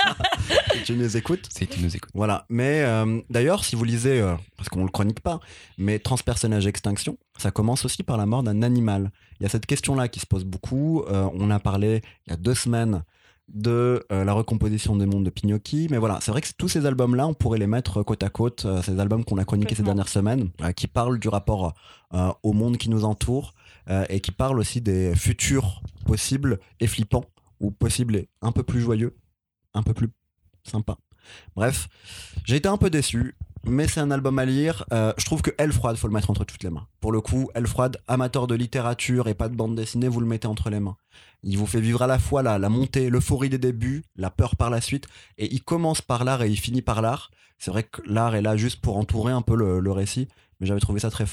si tu nous écoutes. Si tu nous écoutes. Voilà. Mais euh, d'ailleurs, si vous lisez, euh, parce qu'on le chronique pas, mais Transpersonnage Extinction, ça commence aussi par la mort d'un animal. Il y a cette question-là qui se pose beaucoup. Euh, on a parlé il y a deux semaines de euh, la recomposition des mondes de Pignocchi, mais voilà, c'est vrai que tous ces albums-là, on pourrait les mettre côte à côte, euh, ces albums qu'on a chroniqués ces Complètement. dernières semaines, euh, qui parlent du rapport euh, au monde qui nous entoure, euh, et qui parlent aussi des futurs possibles et flippants, ou possibles et un peu plus joyeux, un peu plus sympa. Bref, j'ai été un peu déçu, mais c'est un album à lire. Euh, je trouve que Elle froide, faut le mettre entre toutes les mains. Pour le coup, Elle froide, amateur de littérature et pas de bande dessinée, vous le mettez entre les mains. Il vous fait vivre à la fois la, la montée, l'euphorie des débuts, la peur par la suite, et il commence par l'art et il finit par l'art. C'est vrai que l'art est là juste pour entourer un peu le, le récit, mais j'avais trouvé ça très fort.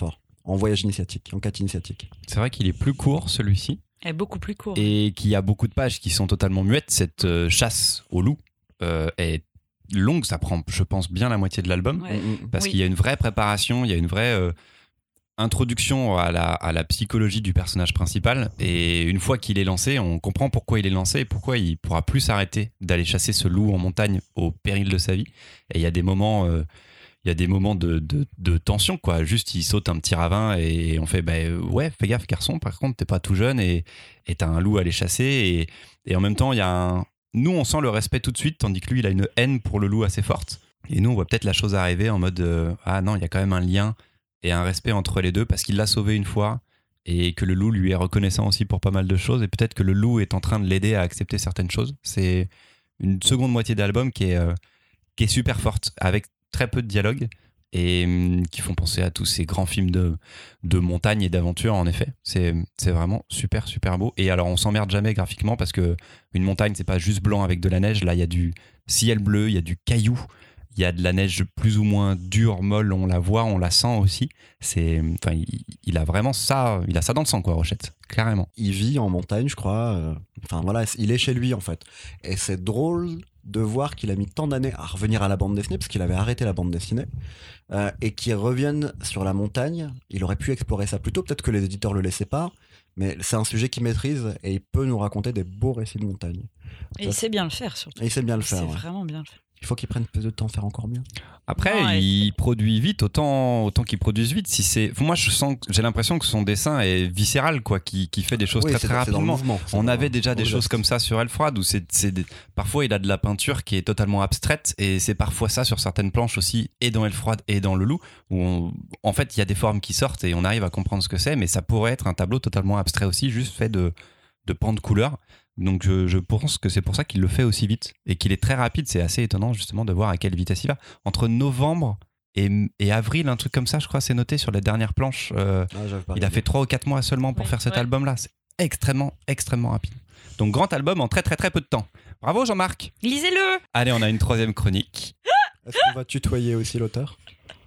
en voyage initiatique, en quête initiatique. C'est vrai qu'il est plus court celui-ci. Elle est beaucoup plus courte. Et qu'il y a beaucoup de pages qui sont totalement muettes. Cette euh, chasse au loup euh, est longue, ça prend, je pense, bien la moitié de l'album. Ouais. Mm, mm. Parce Oui. qu'il y a une vraie préparation, il y a une vraie euh, introduction à la, à la psychologie du personnage principal. Et une fois qu'il est lancé, on comprend pourquoi il est lancé et pourquoi il pourra plus s'arrêter d'aller chasser ce loup en montagne au péril de sa vie. Et il y a des moments... Euh, il y a des moments de, de, de tension, quoi. Juste, il saute un petit ravin et on fait, bah, ouais, fais gaffe, garçon, par contre, t'es pas tout jeune et et t'as un loup à aller chasser. Et, et en même temps, il y a un... nous, on sent le respect tout de suite, tandis que lui, il a une haine pour le loup assez forte. Et nous, on voit peut-être la chose arriver en mode, euh, ah non, il y a quand même un lien et un respect entre les deux parce qu'il l'a sauvé une fois et que le loup lui est reconnaissant aussi pour pas mal de choses. Et peut-être que le loup est en train de l'aider à accepter certaines choses. C'est une seconde moitié d'album qui est, euh, qui est super forte, avec très peu de dialogue et hum, qui font penser à tous ces grands films de, de montagne et d'aventure. En effet, c'est, c'est vraiment super super beau. Et alors on s'emmerde jamais graphiquement parce que une montagne, c'est pas juste blanc avec de la neige. Là, il y a du ciel bleu, il y a du caillou, il y a de la neige plus ou moins dure, molle, on la voit, on la sent aussi. C'est, enfin, il, il a vraiment ça, il a ça dans le sang, quoi, Rochette, clairement. Il vit en montagne, je crois. euh, Enfin voilà, il est chez lui en fait. Et c'est drôle de voir qu'il a mis tant d'années à revenir à la bande dessinée, parce qu'il avait arrêté la bande dessinée, euh, et qu'il revienne sur la montagne. Il aurait pu explorer ça plus tôt, peut-être que les éditeurs le laissaient pas, mais c'est un sujet qu'il maîtrise et il peut nous raconter des beaux récits de montagne. Et il sait bien le faire, surtout. Et il sait bien le Il sait faire. Ouais. vraiment bien le faire. Il faut qu'il prenne plus de temps à faire encore mieux. Après, Non, il produit vite, autant, autant qu'il produise vite. Si c'est, moi, je sens, j'ai l'impression que son dessin est viscéral, quoi, qui, qui fait des choses Oui, très c'est- très c'est dans le rapidement. mouvement, c'est On dans- avait déjà dans des le choses geste. comme ça sur Elfrad où c'est, c'est des- parfois il a de la peinture qui est totalement abstraite et c'est parfois ça sur certaines planches aussi, et dans Elfrad et dans Le Loup, où on- en fait il y a des formes qui sortent et on arrive à comprendre ce que c'est, mais ça pourrait être un tableau totalement abstrait aussi, juste fait de, de pans de couleurs. Donc je, je pense que c'est pour ça qu'il le fait aussi vite et qu'il est très rapide. C'est assez étonnant justement de voir à quelle vitesse il va. Entre novembre et, et avril, un truc comme ça, je crois, c'est noté sur la dernière planche. euh, Ah, j'avais pas il a regardé. fait trois ou quatre mois seulement pour Oui, faire cet ouais. album-là. C'est extrêmement, extrêmement rapide. Donc grand album en très très très peu de temps. Bravo Jean-Marc. Lisez-le. Allez, on a une troisième chronique. Est-ce qu'on va tutoyer aussi l'auteur?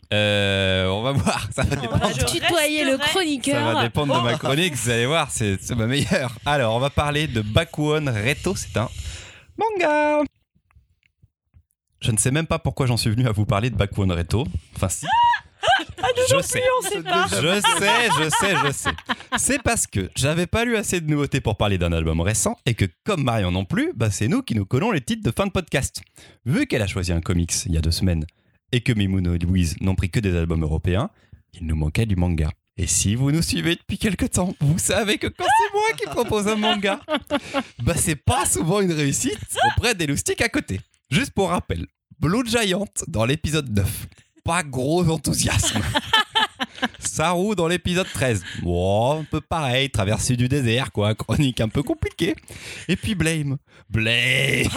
Euh, on va voir, ça va Oh, dépendre. je Tutoyer le resterai- Ça chroniqueur. va dépendre de Oh. ma chronique, vous allez voir, c'est, c'est ma meilleure. Alors, on va parler de Bakuon Reto, c'est un manga. Je ne sais même pas pourquoi j'en suis venu à vous parler de Bakuon Reto. Enfin, si. Je sais. on sait pas. Je sais, je sais, je sais. C'est parce que j'avais pas lu assez de nouveautés pour parler d'un album récent et que, comme Marion non plus, bah c'est nous qui nous collons les titres de fin de podcast. Vu qu'elle a choisi un comics il y a deux semaines et que Mimoun et Louise n'ont pris que des albums européens, il nous manquait du manga. Et si vous nous suivez depuis quelques temps, vous savez que quand c'est moi qui propose un manga, bah c'est pas souvent une réussite auprès des loustiques à côté. Juste pour rappel, Blue Giant dans l'épisode neuf. Pas gros enthousiasme. Saru dans l'épisode treize. Bon, un peu pareil, traversée du désert, quoi. Chronique un peu compliquée. Et puis Blame. Blame.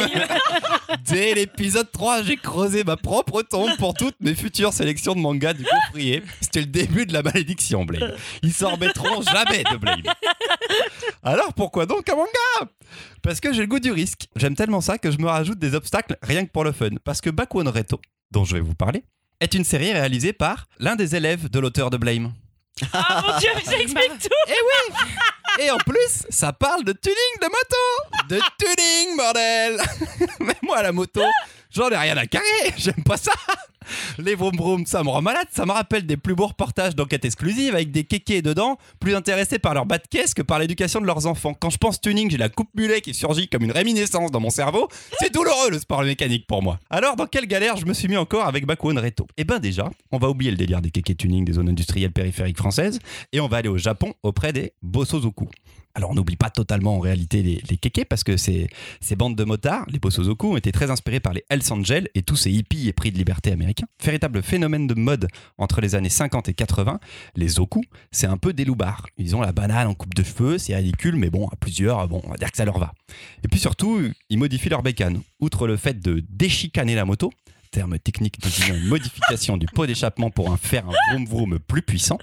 Dès l'épisode trois, j'ai creusé ma propre tombe pour toutes mes futures sélections de mangas du gaufrier. C'était le début de la malédiction, Blame. Ils s'en remettront jamais de Blame. Alors pourquoi donc un manga ? Parce que j'ai le goût du risque. J'aime tellement ça que je me rajoute des obstacles rien que pour le fun. Parce que Bakuon Reto, dont je vais vous parler, est une série réalisée par l'un des élèves de l'auteur de Blame. Ah mon dieu, mais ça explique tout. Et en plus, ça parle de tuning de moto. De tuning, bordel. Mais moi, la moto, j'en ai rien à carrer. J'aime pas ça. Les vroom vroom, ça me rend malade. Ça me rappelle des plus beaux reportages d'enquête exclusive avec des kékés dedans, plus intéressés par leur bas de caisse que par l'éducation de leurs enfants. Quand je pense tuning, j'ai la coupe mulet qui surgit comme une réminiscence dans mon cerveau. C'est douloureux le sport mécanique pour moi. Alors, dans quelle galère je me suis mis encore avec Bakuon Reto ? Eh ben déjà, on va oublier le délire des kékés tuning des zones industrielles périphériques françaises et on va aller au Japon auprès des Bosozoku. Alors on n'oublie pas totalement en réalité les, les kékés parce que ces, ces bandes de motards, les Bosozoku, ont été très inspirés par les Hells Angels et tous ces hippies et prix de liberté américains. Véritable phénomène de mode entre les années cinquante et quatre-vingts, les Zoku, c'est un peu des loupards. Ils ont la banane en coupe de cheveux, c'est ridicule, mais bon, à plusieurs, bon, on va dire que ça leur va. Et puis surtout, ils modifient leur bécane. Outre le fait de déchicaner la moto, terme technique désignant une modification du pot d'échappement pour en faire un vroom vroom plus puissant.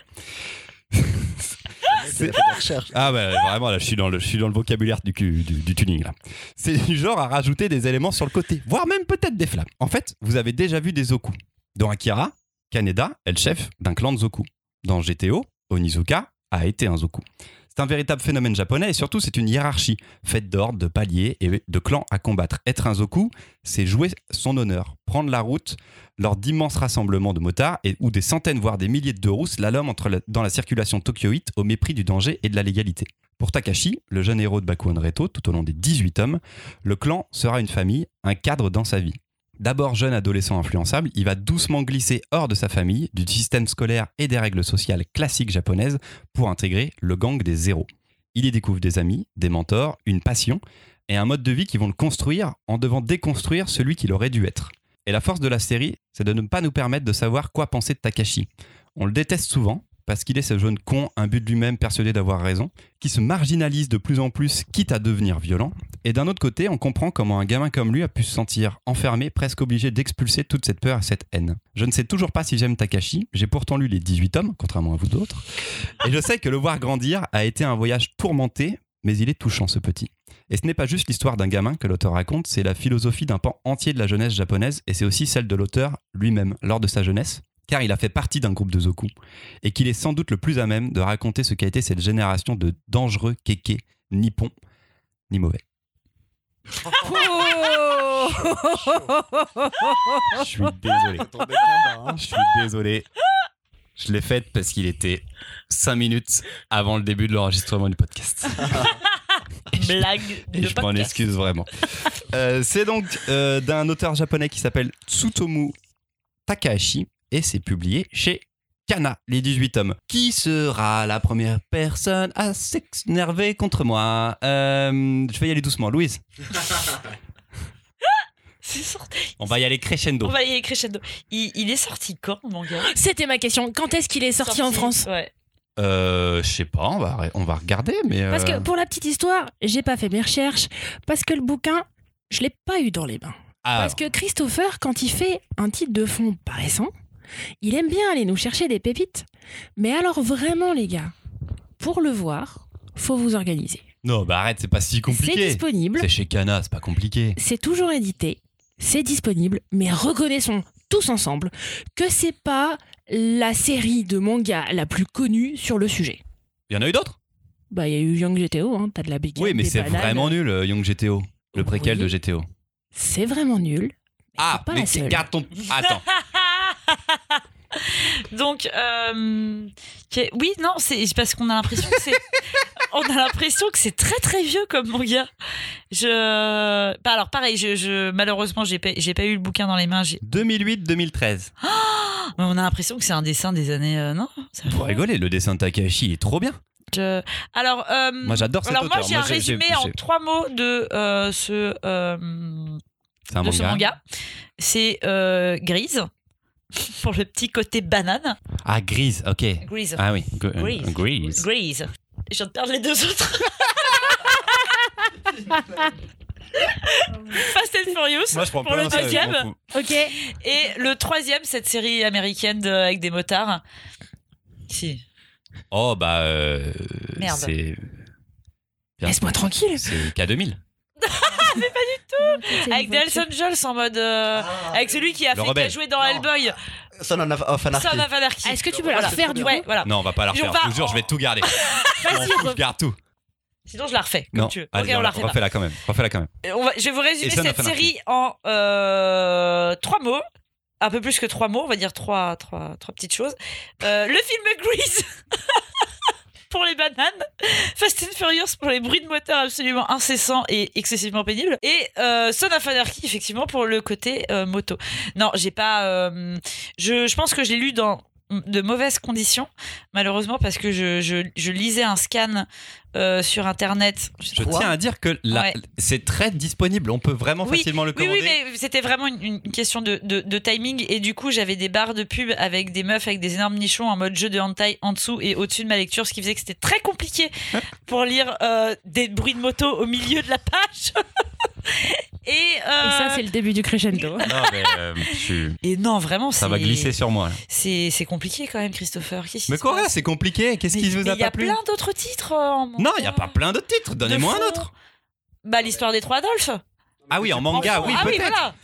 C'est fait des recherches. Ah bah vraiment là je suis dans le, je suis dans le vocabulaire du, du, du tuning là. C'est du genre à rajouter des éléments sur le côté, voire même peut-être des flammes. En fait, vous avez déjà vu des Zoku. Dans Akira, Kaneda est le chef d'un clan de Zoku. dans G T O, Onizuka a été un Zoku. C'est un véritable phénomène japonais et surtout c'est une hiérarchie faite d'ordres, de paliers et de clans à combattre. Être un Zoku, c'est jouer son honneur, prendre la route lors d'immenses rassemblements de motards et où des centaines voire des milliers de deux roues slalom entre la, dans la circulation tokyoïte au mépris du danger et de la légalité. Pour Takashi, le jeune héros de Bakuon Reto, tout au long des dix-huit tomes, le clan sera une famille, un cadre dans sa vie. D'abord jeune adolescent influençable, il va doucement glisser hors de sa famille, du système scolaire et des règles sociales classiques japonaises pour intégrer le gang des zéros. Il y découvre des amis, des mentors, une passion et un mode de vie qui vont le construire en devant déconstruire celui qu'il aurait dû être. Et la force de la série, c'est de ne pas nous permettre de savoir quoi penser de Takashi. On le déteste souvent parce qu'il est ce jeune con, imbu de lui-même, persuadé d'avoir raison, qui se marginalise de plus en plus, quitte à devenir violent. Et d'un autre côté, on comprend comment un gamin comme lui a pu se sentir enfermé, presque obligé d'expulser toute cette peur et cette haine. Je ne sais toujours pas si j'aime Takashi, j'ai pourtant lu les dix-huit tomes, contrairement à vous d'autres, et je sais que le voir grandir a été un voyage tourmenté, mais il est touchant ce petit. Et ce n'est pas juste l'histoire d'un gamin que l'auteur raconte, c'est la philosophie d'un pan entier de la jeunesse japonaise, et c'est aussi celle de l'auteur lui-même, lors de sa jeunesse, car il a fait partie d'un groupe de Zoku, et qu'il est sans doute le plus à même de raconter ce qu'a été cette génération de dangereux kékés, ni bons, ni mauvais. Oh Je suis désolé. Je suis désolé. Je l'ai faite parce qu'il était cinq minutes avant le début de l'enregistrement du podcast. Blague Et de je m'en podcast. excuse vraiment. Euh, c'est donc euh, d'un auteur japonais qui s'appelle Tsutomu Takahashi et c'est publié chez Kana, les dix-huit tomes. Qui sera la première personne à s'énerver contre moi euh, Je vais y aller doucement. Louise, C'est sorti. on va y aller crescendo. On va y aller crescendo. Il, il est sorti quand, mon gars C'était ma question. Quand est-ce qu'il est sorti, en France? Ouais. Euh, je sais pas, on va, on va regarder, mais... euh, Parce que pour la petite histoire, j'ai pas fait mes recherches, parce que le bouquin, je l'ai pas eu dans les mains. ah, Parce que Christopher, quand il fait un titre de fond paraissant, il aime bien aller nous chercher des pépites. Mais alors vraiment, les gars, pour le voir, faut vous organiser. Non, bah arrête, c'est pas si C'est compliqué. disponible, C'est chez Kana, c'est pas compliqué. c'est toujours édité, c'est disponible, mais reconnaissons tous ensemble que c'est pas la série de manga la plus connue sur le sujet. Il y en a eu d'autres? Bah, il y a eu Young G T O, hein, t'as de la bacon, Oui, mais des c'est bananes. vraiment nul, euh, Young G T O. Le préquel Oui. de G T O. C'est vraiment nul. Ah, c'est pas mais la seule. garde ton... Attends. Donc, euh, que- oui, non, c'est parce qu'on a l'impression que c'est, on a l'impression que c'est très très vieux comme manga. Je, bah alors pareil, je, je malheureusement j'ai pas, j'ai pas eu le bouquin dans les mains. J'ai, deux mille huit deux mille treize. mais on a l'impression que c'est un dessin des années, euh, non ça- Pour rigoler, le dessin de Takahashi il est trop bien. je- Alors, euh, Moi j'adore cet alors auteur. moi j'ai un j'ai- résumé j'ai- en j'ai- trois mots de euh, ce, euh, C'est un de ce manga. manga. C'est euh, grise pour le petit côté banane. Ah, Grise, ok. Grise. Ah oui, G- euh, Grise. Grise. Grise. Je viens de perdre les deux autres. Fast and Furious Moi je prends pour pas le un sérieux, deuxième. je m'en fous. Ok. Et le troisième, cette série américaine de- avec des motards. Si. Oh bah... euh, Merde. C'est... Bien. Laisse-moi tranquille. C'est K deux mille. Avec Nelson Jones en mode. euh, avec celui qui a, fait, qui a rebelle. joué dans Hellboy. Son of, of Anarchy. Son of Anarchy. Est-ce que tu peux la Voilà. refaire du Ouais, coup voilà. Non, on va pas la Et on refaire, va- je te jure, je vais tout garder. Je m'en Vas-y, fous, re- je garde tout. Sinon, je la refais. Comme Non, tu veux. allez, ok, on la refait. pas. refais-la quand même. Refais-la quand même. Euh, on va- je vais vous résumer Et Son of cette Anarchy. série en euh, trois mots. Un peu plus que trois mots, on va dire trois, trois, trois petites choses. Euh, le film Grease pour les bananes, Fast and Furious pour les bruits de moteur absolument incessants et excessivement pénibles, et euh, Son of Anarchy effectivement pour le côté euh, moto. Non, j'ai pas. euh, je, je pense que je l'ai lu dans de mauvaises conditions, malheureusement, parce que je, je, je lisais un scan euh, sur internet. Je tiens à dire que là, Ouais. c'est très disponible. On peut vraiment Oui, facilement le Oui, commander. oui, mais c'était vraiment une, une question de, de, de timing. Et du coup, j'avais des barres de pub avec des meufs avec des énormes nichons en mode jeu de hentai en dessous et au-dessus de ma lecture, ce qui faisait que c'était très compliqué pour lire euh, des bruits de moto au milieu de la page. et, euh, Et ça, c'est le début du crescendo. Non, mais euh, je suis- et non, vraiment, ça c'est- va glisser sur moi. là. C'est c'est compliqué quand même, Christopher. Qu'est-ce qui Mais se quoi, passe c'est compliqué. Qu'est-ce Mais- qui vous mais a il y a pas plu plein d'autres titres. euh, en Non, il n'y a manga. pas plein de titres. Donnez-moi De un fond. autre. Bah, l'histoire des trois Adolphes. Ah oui, en manga, oui, ah oui, peut-être. voilà.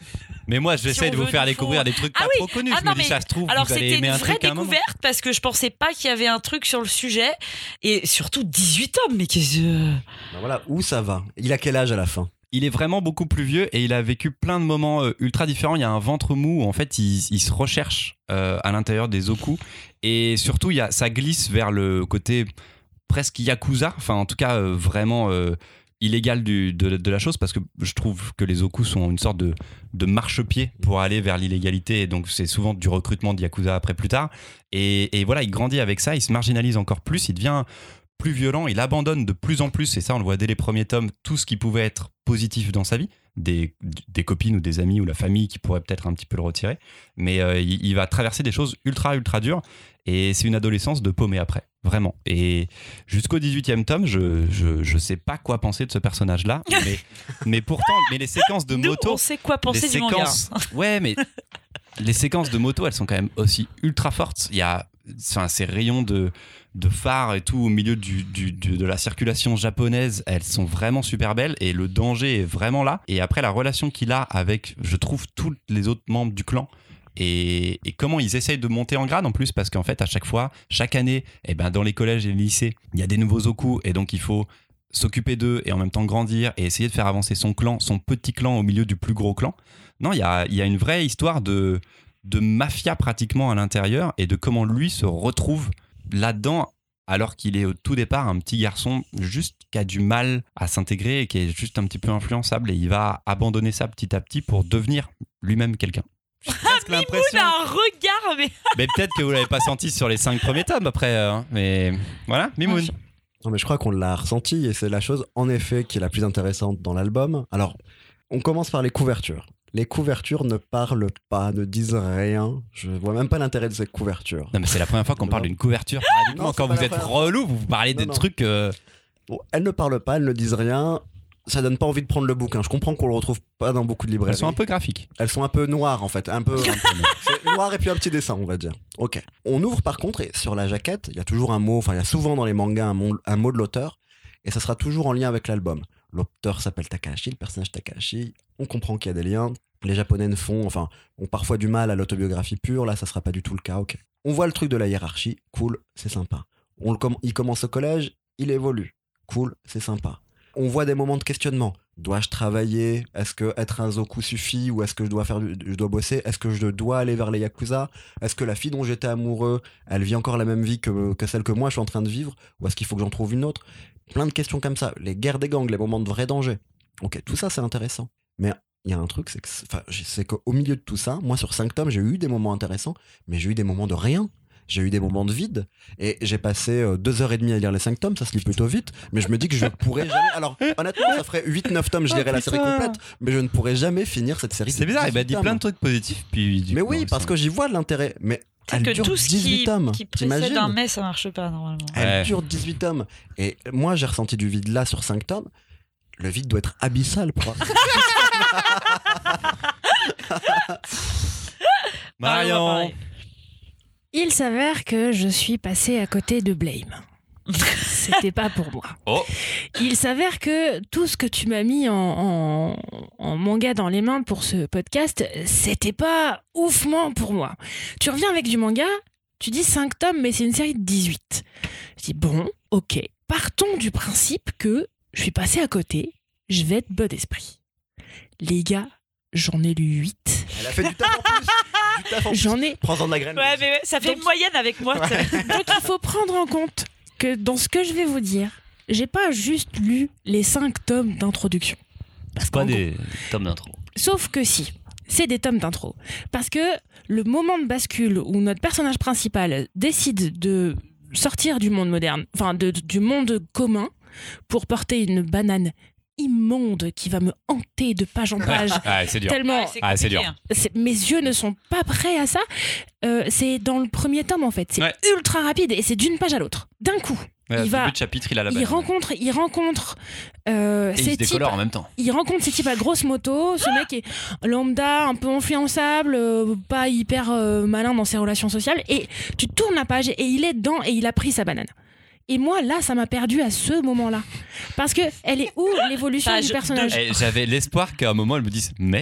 Mais moi, j'essaie Si on de vous veut faire du découvrir fond. des trucs Ah pas oui. trop connus. Ah je non, me dis, mais ça se trouve, Alors vous allez c'était aimer une un vraie truc à un moment. découverte parce que je pensais pas qu'il y avait un truc sur le sujet et surtout dix-huit tomes. Mais qu'est-ce que Ben voilà, où ça va. Il a quel âge à la fin? Il est vraiment beaucoup plus vieux et il a vécu plein de moments euh, ultra différents. Il y a un ventre mou où en fait il, il se recherche euh, à l'intérieur des Oku et surtout il y a, ça glisse vers le côté presque yakuza, enfin en tout cas euh, vraiment euh, illégal du, de, de la chose parce que je trouve que les Oku sont une sorte de, de marchepied pour aller vers l'illégalité et donc c'est souvent du recrutement de yakuza après plus tard et, et voilà, il grandit avec ça, il se marginalise encore plus, il devient plus violent, il abandonne de plus en plus, et ça on le voit dès les premiers tomes, tout ce qui pouvait être positif dans sa vie, des, des copines ou des amis ou la famille qui pourraient peut-être un petit peu le retirer, mais euh, il, il va traverser des choses ultra ultra dures, et c'est une adolescence de paumé après, vraiment. Et jusqu'au dix-huitième tome, je, je, je sais pas quoi penser de ce personnage-là, mais, mais pourtant, mais les séquences de Nous, moto... on sait quoi penser les du manga. séquences, ouais, mais les séquences de moto, elles sont quand même aussi ultra fortes. Il y a enfin, ces rayons de, de phare et tout au milieu du, du, du- de la circulation japonaise, elles sont vraiment super belles et le danger est vraiment là. Et après, la relation qu'il a avec, je trouve, tous les autres membres du clan. Et, et comment ils essayent de monter en grade en plus, parce qu'en fait, à chaque fois, chaque année, eh ben, dans les collèges et les lycées, il y a des nouveaux Oku et donc il faut s'occuper d'eux et en même temps grandir et essayer de faire avancer son clan, son petit clan au milieu du plus gros clan. Non, il y a, il y a une vraie histoire de, de mafia pratiquement à l'intérieur et de comment lui se retrouve là-dedans alors qu'il est au tout départ un petit garçon juste qui a du mal à s'intégrer et qui est juste un petit peu influençable et il va abandonner ça petit à petit pour devenir lui-même quelqu'un. J'ai presque l'impression... Il a un regard, mais Mais peut-être que vous l'avez pas senti sur les cinq premiers tomes après, euh, hein. Mais voilà, Mimoun. Non mais je crois qu'on l'a ressenti et c'est la chose en effet qui est la plus intéressante dans l'album. Alors, on commence par les couvertures. Les couvertures ne parlent pas, ne disent rien. Je vois même pas l'intérêt de ces couvertures. Non mais c'est la première fois qu'on Non. parle d'une couverture. Non, c'est Quand pas vous la êtes première. relou, vous parlez Non, des non. trucs... euh, Bon, elles ne parlent pas, elles ne disent rien. Ça donne pas envie de prendre le bouquin. Je comprends qu'on le retrouve pas dans beaucoup de librairies. Elles sont un peu graphiques. Elles sont un peu noires en fait, un peu, un peu c'est noir et puis un petit dessin on va dire. Ok. On ouvre par contre et sur la jaquette il y a toujours un mot, enfin il y a souvent dans les mangas un mot, un mot de l'auteur et ça sera toujours en lien avec l'album. L'auteur s'appelle Takahashi, le personnage Takahashi. On comprend qu'il y a des liens. Les Japonais ne font, enfin, ont parfois du mal à l'autobiographie pure. Là ça sera pas du tout le cas. Ok. On voit le truc de la hiérarchie. Cool, c'est sympa. On le com- il commence au collège, il évolue. Cool, c'est sympa. On voit des moments de questionnement. Dois-je travailler? Est-ce que être un Zoku suffit? Ou est-ce que je dois faire, du- je dois bosser? Est-ce que je dois aller vers les Yakuza? Est-ce que la fille dont j'étais amoureux, elle vit encore la même vie que, que celle que moi je suis en train de vivre? Ou est-ce qu'il faut que j'en trouve une autre? Plein de questions comme ça. Les guerres des gangs, les moments de vrai danger. Ok, tout ça c'est intéressant. Mais il y a un truc, c'est que, enfin, c'est qu'au milieu de tout ça, moi sur cinq tomes, j'ai eu des moments intéressants, mais j'ai eu des moments de rien. J'ai eu des moments de vide et j'ai passé euh, deux heures et demie à lire les cinq tomes, ça se lit plutôt vite, mais je me dis que je ne pourrais jamais. Alors honnêtement, ça ferait huit neuf tomes, je lirais la série putain. complète, mais je ne pourrais jamais finir cette série. C'est de bizarre, il m'a dix-huit dit tomes. plein de trucs positifs. Puis, du Mais coup, oui, ils parce sont- que j'y vois de l'intérêt. Mais c'est elle que dure tout ce dix-huit qui, tomes. qui précède T'imagines un mai, ça marche pas normalement. Elle Ouais. dure dix-huit tomes. Et moi, j'ai ressenti du vide là sur cinq tomes. Le vide doit être abyssal pour. Marion. pareil. Il s'avère que je suis passée à côté de Blame. C'était pas pour moi. Oh. Il s'avère que tout ce que tu m'as mis en, en, en manga dans les mains pour ce podcast, c'était pas oufement pour moi. Tu reviens avec du manga, tu dis cinq tomes, mais c'est une série de dix-huit. Je dis bon, ok. Partons du principe que je suis passée à côté, je vais être bon esprit. Les gars, j'en ai lu huit. Elle a fait du taf en plus. Du taf en plus. J'en ai. Prends-en de la graine. Ouais, mais ouais, ça fait Donc- une moyenne avec moi. tu sais. Donc il faut prendre en compte que dans ce que je vais vous dire, j'ai pas juste lu les cinq tomes d'introduction. Parce C'est pas qu'en des tomes d'intro. gros- Sauf que si, c'est des tomes d'intro. Parce que le moment de bascule où notre personnage principal décide de sortir du monde moderne, enfin de- du monde commun, pour porter une banane immonde qui va me hanter de page en page. Ah, c'est dur. Tellement Ouais, c'est Ah, c'est compliqué, dur. hein. c'est- mes yeux ne sont pas prêts à ça. Euh, c'est dans le premier tome en fait. C'est Ouais. ultra rapide et c'est d'une page à l'autre. D'un coup. Ouais, il au va- début de chapitre, il a la Il balle. rencontre, il rencontre euh, Et il ces se types. décolore en même temps. Il rencontre ces types à grosse moto. Ce mec est lambda, un peu influençable, euh, pas hyper euh, malin dans ses relations sociales. Et tu tournes la page et il est dedans et il a pris sa banane. Et moi, là, ça m'a perdu à ce moment-là. Parce que elle est où l'évolution Page du personnage deux. Et j'avais l'espoir qu'à un moment, elle me dise mais.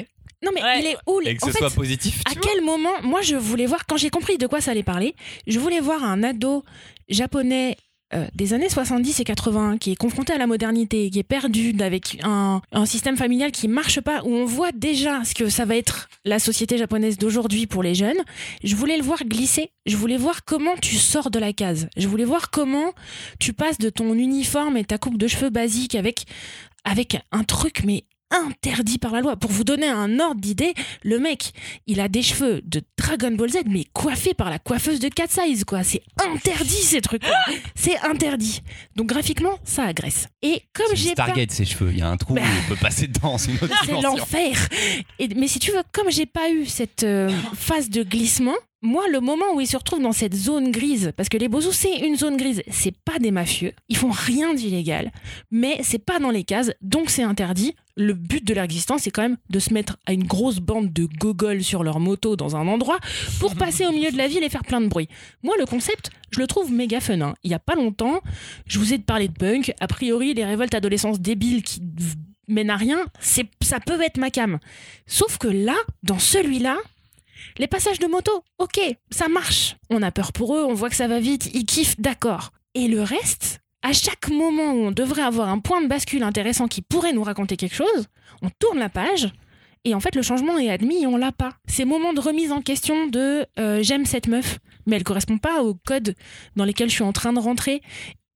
Non mais Ouais. il est où les... Et que en ce fait, soit positif. à tu vois. quel moment, moi je voulais voir, quand j'ai compris de quoi ça allait parler, je voulais voir un ado japonais euh, des années soixante-dix et quatre-vingts qui est confronté à la modernité, qui est perdu, avec un, un système familial qui marche pas, où on voit déjà ce que ça va être la société japonaise d'aujourd'hui pour les jeunes. Je voulais le voir glisser, je voulais voir comment tu sors de la case, je voulais voir comment tu passes de ton uniforme et ta coupe de cheveux basique avec, avec un truc mais interdit par la loi. Pour vous donner un ordre d'idée, le mec, il a des cheveux de Dragon Ball Z, mais coiffés par la coiffeuse de Cat Size, quoi. C'est interdit, ces trucs-là. C'est interdit. Donc, graphiquement, ça agresse. Et comme C'est j'ai pas... Stargate, ses cheveux. Il y a un trou, Bah. il peut passer dedans. C'est une autre C'est dimension. l'enfer. Et, mais si tu veux, comme j'ai pas eu cette euh, phase de glissement, moi, le moment où ils se retrouvent dans cette zone grise, parce que les Bozu, c'est une zone grise, c'est pas des mafieux, ils font rien d'illégal, mais c'est pas dans les cases, donc c'est interdit. Le but de leur existence, c'est quand même de se mettre à une grosse bande de gogoles sur leur moto dans un endroit pour passer au milieu de la ville et faire plein de bruit. Moi, le concept, je le trouve méga fun. Hein. Il y a pas longtemps, je vous ai parlé de punk. A priori, les révoltes adolescentes débiles qui mènent à rien, c'est, ça peut être ma cam. Sauf que là, dans celui-là, les passages de moto, ok, ça marche. On a peur pour eux, on voit que ça va vite, ils kiffent, d'accord. Et le reste, à chaque moment où on devrait avoir un point de bascule intéressant qui pourrait nous raconter quelque chose, on tourne la page et en fait le changement est admis et on l'a pas. Ces moments de remise en question de euh, j'aime cette meuf, mais elle correspond pas au code dans lesquels je suis en train de rentrer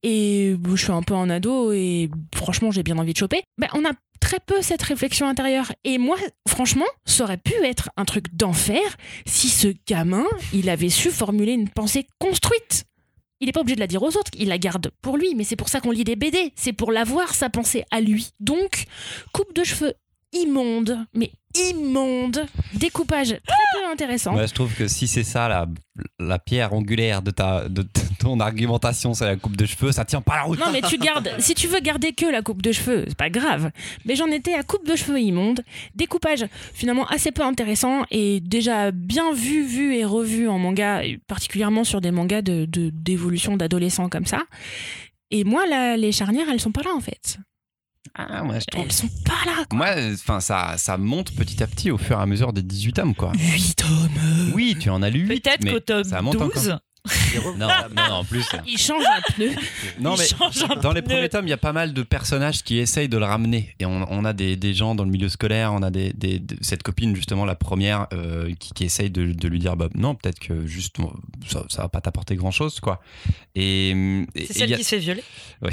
et je suis un peu en ado et franchement j'ai bien envie de choper. Ben, on a très peu cette réflexion intérieure. Et moi, franchement, ça aurait pu être un truc d'enfer si ce gamin, il avait su formuler une pensée construite. Il n'est pas obligé de la dire aux autres, il la garde pour lui, mais c'est pour ça qu'on lit des B D, c'est pour l'avoir sa pensée à lui. Donc, coupe de cheveux immonde, mais immonde, découpage très peu intéressant. Ouais, je trouve que si c'est ça la, la pierre angulaire de, ta, de t- ton argumentation, c'est la coupe de cheveux, ça tient pas la route. Non mais tu gardes, si tu veux garder que la coupe de cheveux, c'est pas grave. Mais j'en étais à coupe de cheveux immonde, découpage finalement assez peu intéressant et déjà bien vu, vu et revu en manga, et particulièrement sur des mangas de, de, d'évolution d'adolescents comme ça. Et moi là, les charnières, elles sont pas là en fait. Ah, moi, je trouve. Elles sont pas là. Quoi. Moi, enfin, ça, ça monte petit à petit au fur et à mesure des dix-huit tomes, quoi. huit tomes. Oui, tu en as lu huit, Peut-être mais qu'au tome ça monte douze, encore. Non, non, non, en plus. Il change un pneu. Non, Il mais change un dans les pneu. premiers tomes, il y a pas mal de personnages qui essayent de le ramener. Et on, on a des, des gens dans le milieu scolaire, on a des, des, de- cette copine, justement, la première, euh, qui, qui essaye de, de lui dire bah, non, peut-être que juste ça, ça va pas t'apporter grand chose, quoi. Et, et- c'est et celle il y a- qui se fait violer. Ouais.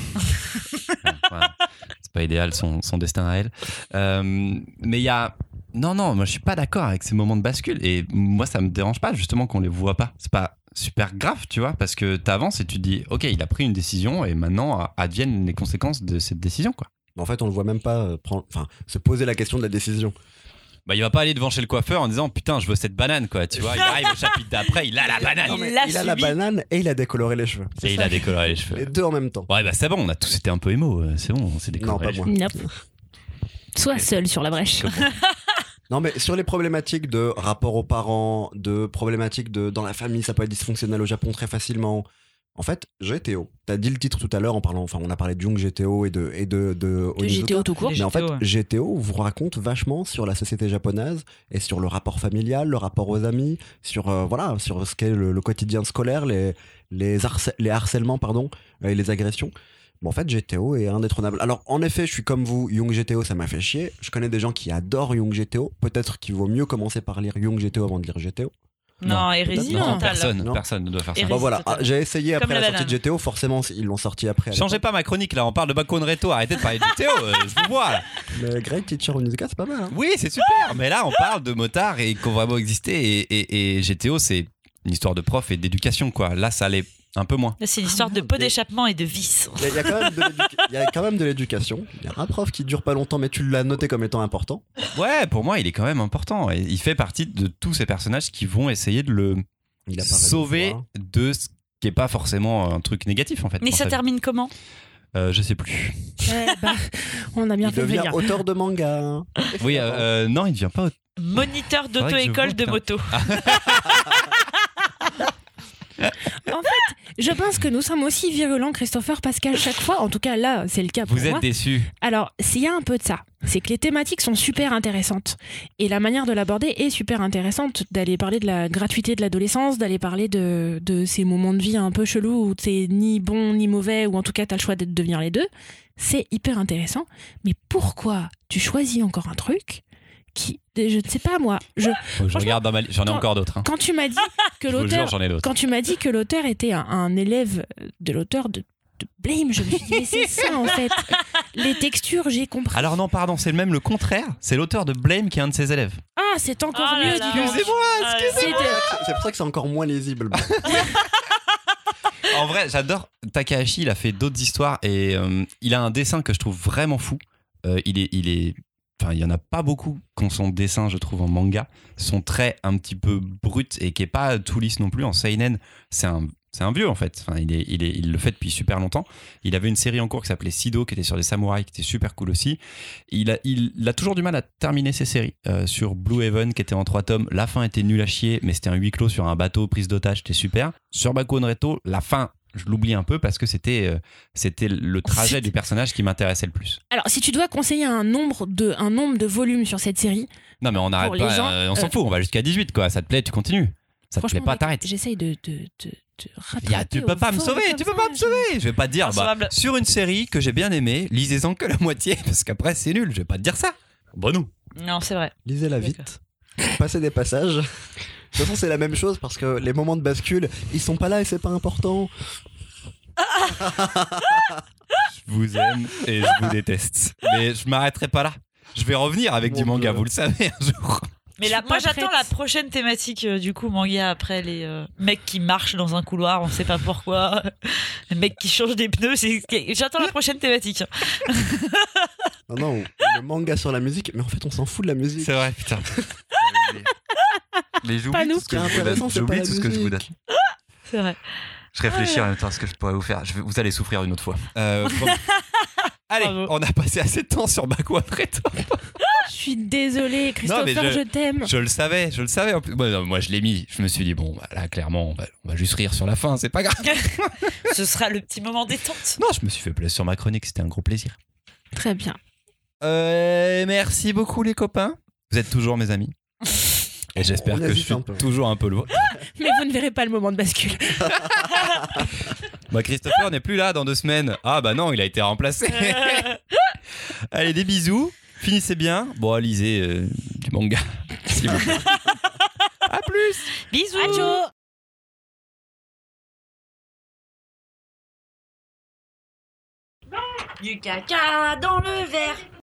Voilà. C'est pas idéal son, son destin à elle. Euh, mais il y a. Non, non, moi je suis pas d'accord avec ces moments de bascule. Et moi ça me dérange pas justement qu'on les voit pas. C'est pas super grave, tu vois, parce que t'avances et tu te dis, ok, il a pris une décision et maintenant adviennent les conséquences de cette décision, quoi. En fait, on le voit même pas euh, prendre, enfin, se poser la question de la décision. Bah, il va pas aller devant chez le coiffeur en disant, putain, je veux cette banane, quoi. Tu vois, il arrive au chapitre d'après, il a la banane. Non, mais l'a il a la subi. banane et il a décoloré les cheveux. C'est Et il ça. a décoloré les cheveux. Les deux en même temps. Ouais, bah c'est bon, on a tous été un peu émo. euh, C'est bon, on s'est Non, décoloré. pas les moi. cheveux. Nope. Sois seul sur la brèche. Non, mais sur les problématiques de rapport aux parents, de problématiques de dans la famille, ça peut être dysfonctionnel au Japon très facilement. En fait, G T O. T'as dit le titre tout à l'heure en parlant, enfin, on a parlé de Young G T O et de et de de, De Onizuka. G T O tout court. Les Mais en fait, G T O, ouais. G T O vous raconte vachement sur la société japonaise et sur le rapport familial, le rapport aux amis, sur euh, voilà, sur ce qu'est le, le quotidien scolaire, les les, harcè- les harcèlements pardon et les agressions. Bon, en fait, G T O est indétrônable. Alors, en effet, je suis comme vous, Young G T O, ça m'a fait chier. Je connais des gens qui adorent Young G T O. Peut-être qu'il vaut mieux commencer par lire Young G T O avant de lire G T O. Non, hérésie Non, totale. personne, Non. personne ne doit faire ça. Et Bon, Hérésie voilà, totale. Ah, j'ai essayé Comme après la la, sortie banane. de G T O. Forcément, ils l'ont sorti après. à Changez l'époque. pas ma chronique là, on parle de Bakon Reto, arrêtez de parler de G T O, euh, je vous vois là. Mais Great Teacher Onizuka, c'est pas mal. Hein. Oui, c'est super, mais là on parle de motards et qu'on vraiment existé et, et, et G T O c'est une histoire de prof et d'éducation, quoi. Là ça l'est un peu moins. Là, c'est une histoire de non, pot mais- d'échappement et de vis. Il y, a- il y a quand même de l'éduca- il y a quand même de l'éducation. Il y a un prof qui dure pas longtemps, mais tu l'as noté comme étant important. Ouais, pour moi il est quand même important et il fait partie de tous ces personnages qui vont essayer de le Il apparaît sauver deux fois. de ce qui est pas forcément un truc négatif en fait. Mais dans ça sa vie. termine comment? Euh, je sais plus. Ouais, bah, on a bien Il fait de devient venir. auteur de manga. Oui, euh, euh, non, il devient pas. au- Moniteur Faudrait que je d'auto-école vois, de putain. moto. En fait, Je pense que nous sommes aussi virulents, Christopher, parce qu'à chaque fois, en tout cas là, c'est le cas pour Vous êtes moi. déçus. Alors, s'il y a un peu de ça, c'est que les thématiques sont super intéressantes. Et la manière de l'aborder est super intéressante, d'aller parler de la gratuité de l'adolescence, d'aller parler de, de ces moments de vie un peu chelous où t'es ni bon ni mauvais, ou en tout cas t'as le choix de devenir les deux. C'est hyper intéressant. Mais pourquoi tu choisis encore un truc qui, je ne sais pas moi, je, Faut que je regarde dans ma li- J'en ai quand- encore d'autres. hein. quand tu m'as dit que Je vous le jure, l'auteur j'en ai d'autres. quand tu m'as dit que l'auteur était un, un élève de l'auteur de, de Blame, je me suis dit, mais c'est ça en fait. Les textures, j'ai compris. Alors non, pardon, c'est le même le contraire. C'est l'auteur de Blame qui est un de ses élèves. Ah, c'est encore Oh là mieux, là. dis donc. Excusez-moi, Ah, C'est de- C'est pour ça que c'est encore moins lisible. En vrai, j'adore Takahashi. Il a fait d'autres histoires et euh, il a un dessin que je trouve vraiment fou. Euh, il est, il est, enfin, il y en a pas beaucoup quand son dessin, je trouve, en manga, sont traits un petit peu bruts et qui est pas tout lisse non plus. En seinen, c'est un, c'est un vieux en fait. Enfin, il est, il est, il le fait depuis super longtemps. Il avait une série en cours qui s'appelait Sido, qui était sur des samouraïs, qui était super cool aussi. Il a, il, il a toujours du mal à terminer ses séries. Euh, sur Blue Heaven, qui était en trois tomes, la fin était nulle à chier, mais c'était un huis clos sur un bateau, prise d'otage, c'était super. Sur Baku on Reto, la fin, je l'oublie un peu parce que c'était, euh, c'était le trajet Ensuite- du personnage qui m'intéressait le plus. Alors, si tu dois conseiller un nombre de, un nombre de volumes sur cette série, Non, mais on n'arrête Pour pas, les gens, euh, on s'en euh, fout, on va jusqu'à dix-huit, quoi. Ça te plaît, tu continues. Ça te plaît franchement, pas, mec, t'arrêtes. j'essaye de, de, de, de rattraper. Y a- tu peux au pas me vol sauver, comme tu peux ça, pas me je- sauver. Je vais pas te dire, bah, Insauvable. sur une série que j'ai bien aimée, lisez-en que la moitié, parce qu'après c'est nul. Je vais pas te dire ça. Bon, nous. Non, c'est vrai. Lisez-la vite. Passez des passages. De toute façon, c'est la même chose parce que les moments de bascule, ils sont pas là et c'est pas important. Je vous aime et je vous déteste. Mais je m'arrêterai pas là. Je vais revenir avec du Mon manga, Dieu. vous le savez, un jour. Mais Je là, suis moi, pas j'attends prête. la prochaine thématique euh, du coup manga après les euh, mecs qui marchent dans un couloir, on sait pas pourquoi, les mecs qui changent des pneus. C'est... J'attends la prochaine thématique. Non, non, le manga sur la musique, mais en fait, on s'en fout de la musique. C'est vrai, putain. Mais j'oublie Pas nous. tout ce que Ce qui est je vous donne. intéressant, c'est J'oublie pas tout la ce que je vous donne. musique. C'est vrai. Je réfléchis en même temps à ce que je pourrais vous faire. Je vais- vous allez souffrir une autre fois. Euh, bon. Allez, Bravo. on a passé assez de temps sur Baku après toi. Je suis désolée, Christopher, mais je- je t'aime. Je le savais, je le savais. En plus. Moi, non, moi, je l'ai mis. Je me suis dit, bon, bah, là, clairement, on va, on va juste rire sur la fin, c'est pas grave. Ce sera le petit moment détente. Non, je me suis fait plaisir sur ma chronique, c'était un gros plaisir. Très bien. Euh, merci beaucoup, les copains. Vous êtes toujours mes amis. Et j'espère On que je hésite suis un peu. toujours un peu le vôtre. Mais vous ne verrez pas le moment de bascule. Bah, Christopher n'est plus là dans deux semaines. Ah, bah non, il a été remplacé. Allez, des bisous. Finissez bien. Bon, lisez euh, du manga. S'il vous plaît. À plus. Bisous. Adieu. Du caca dans le verre.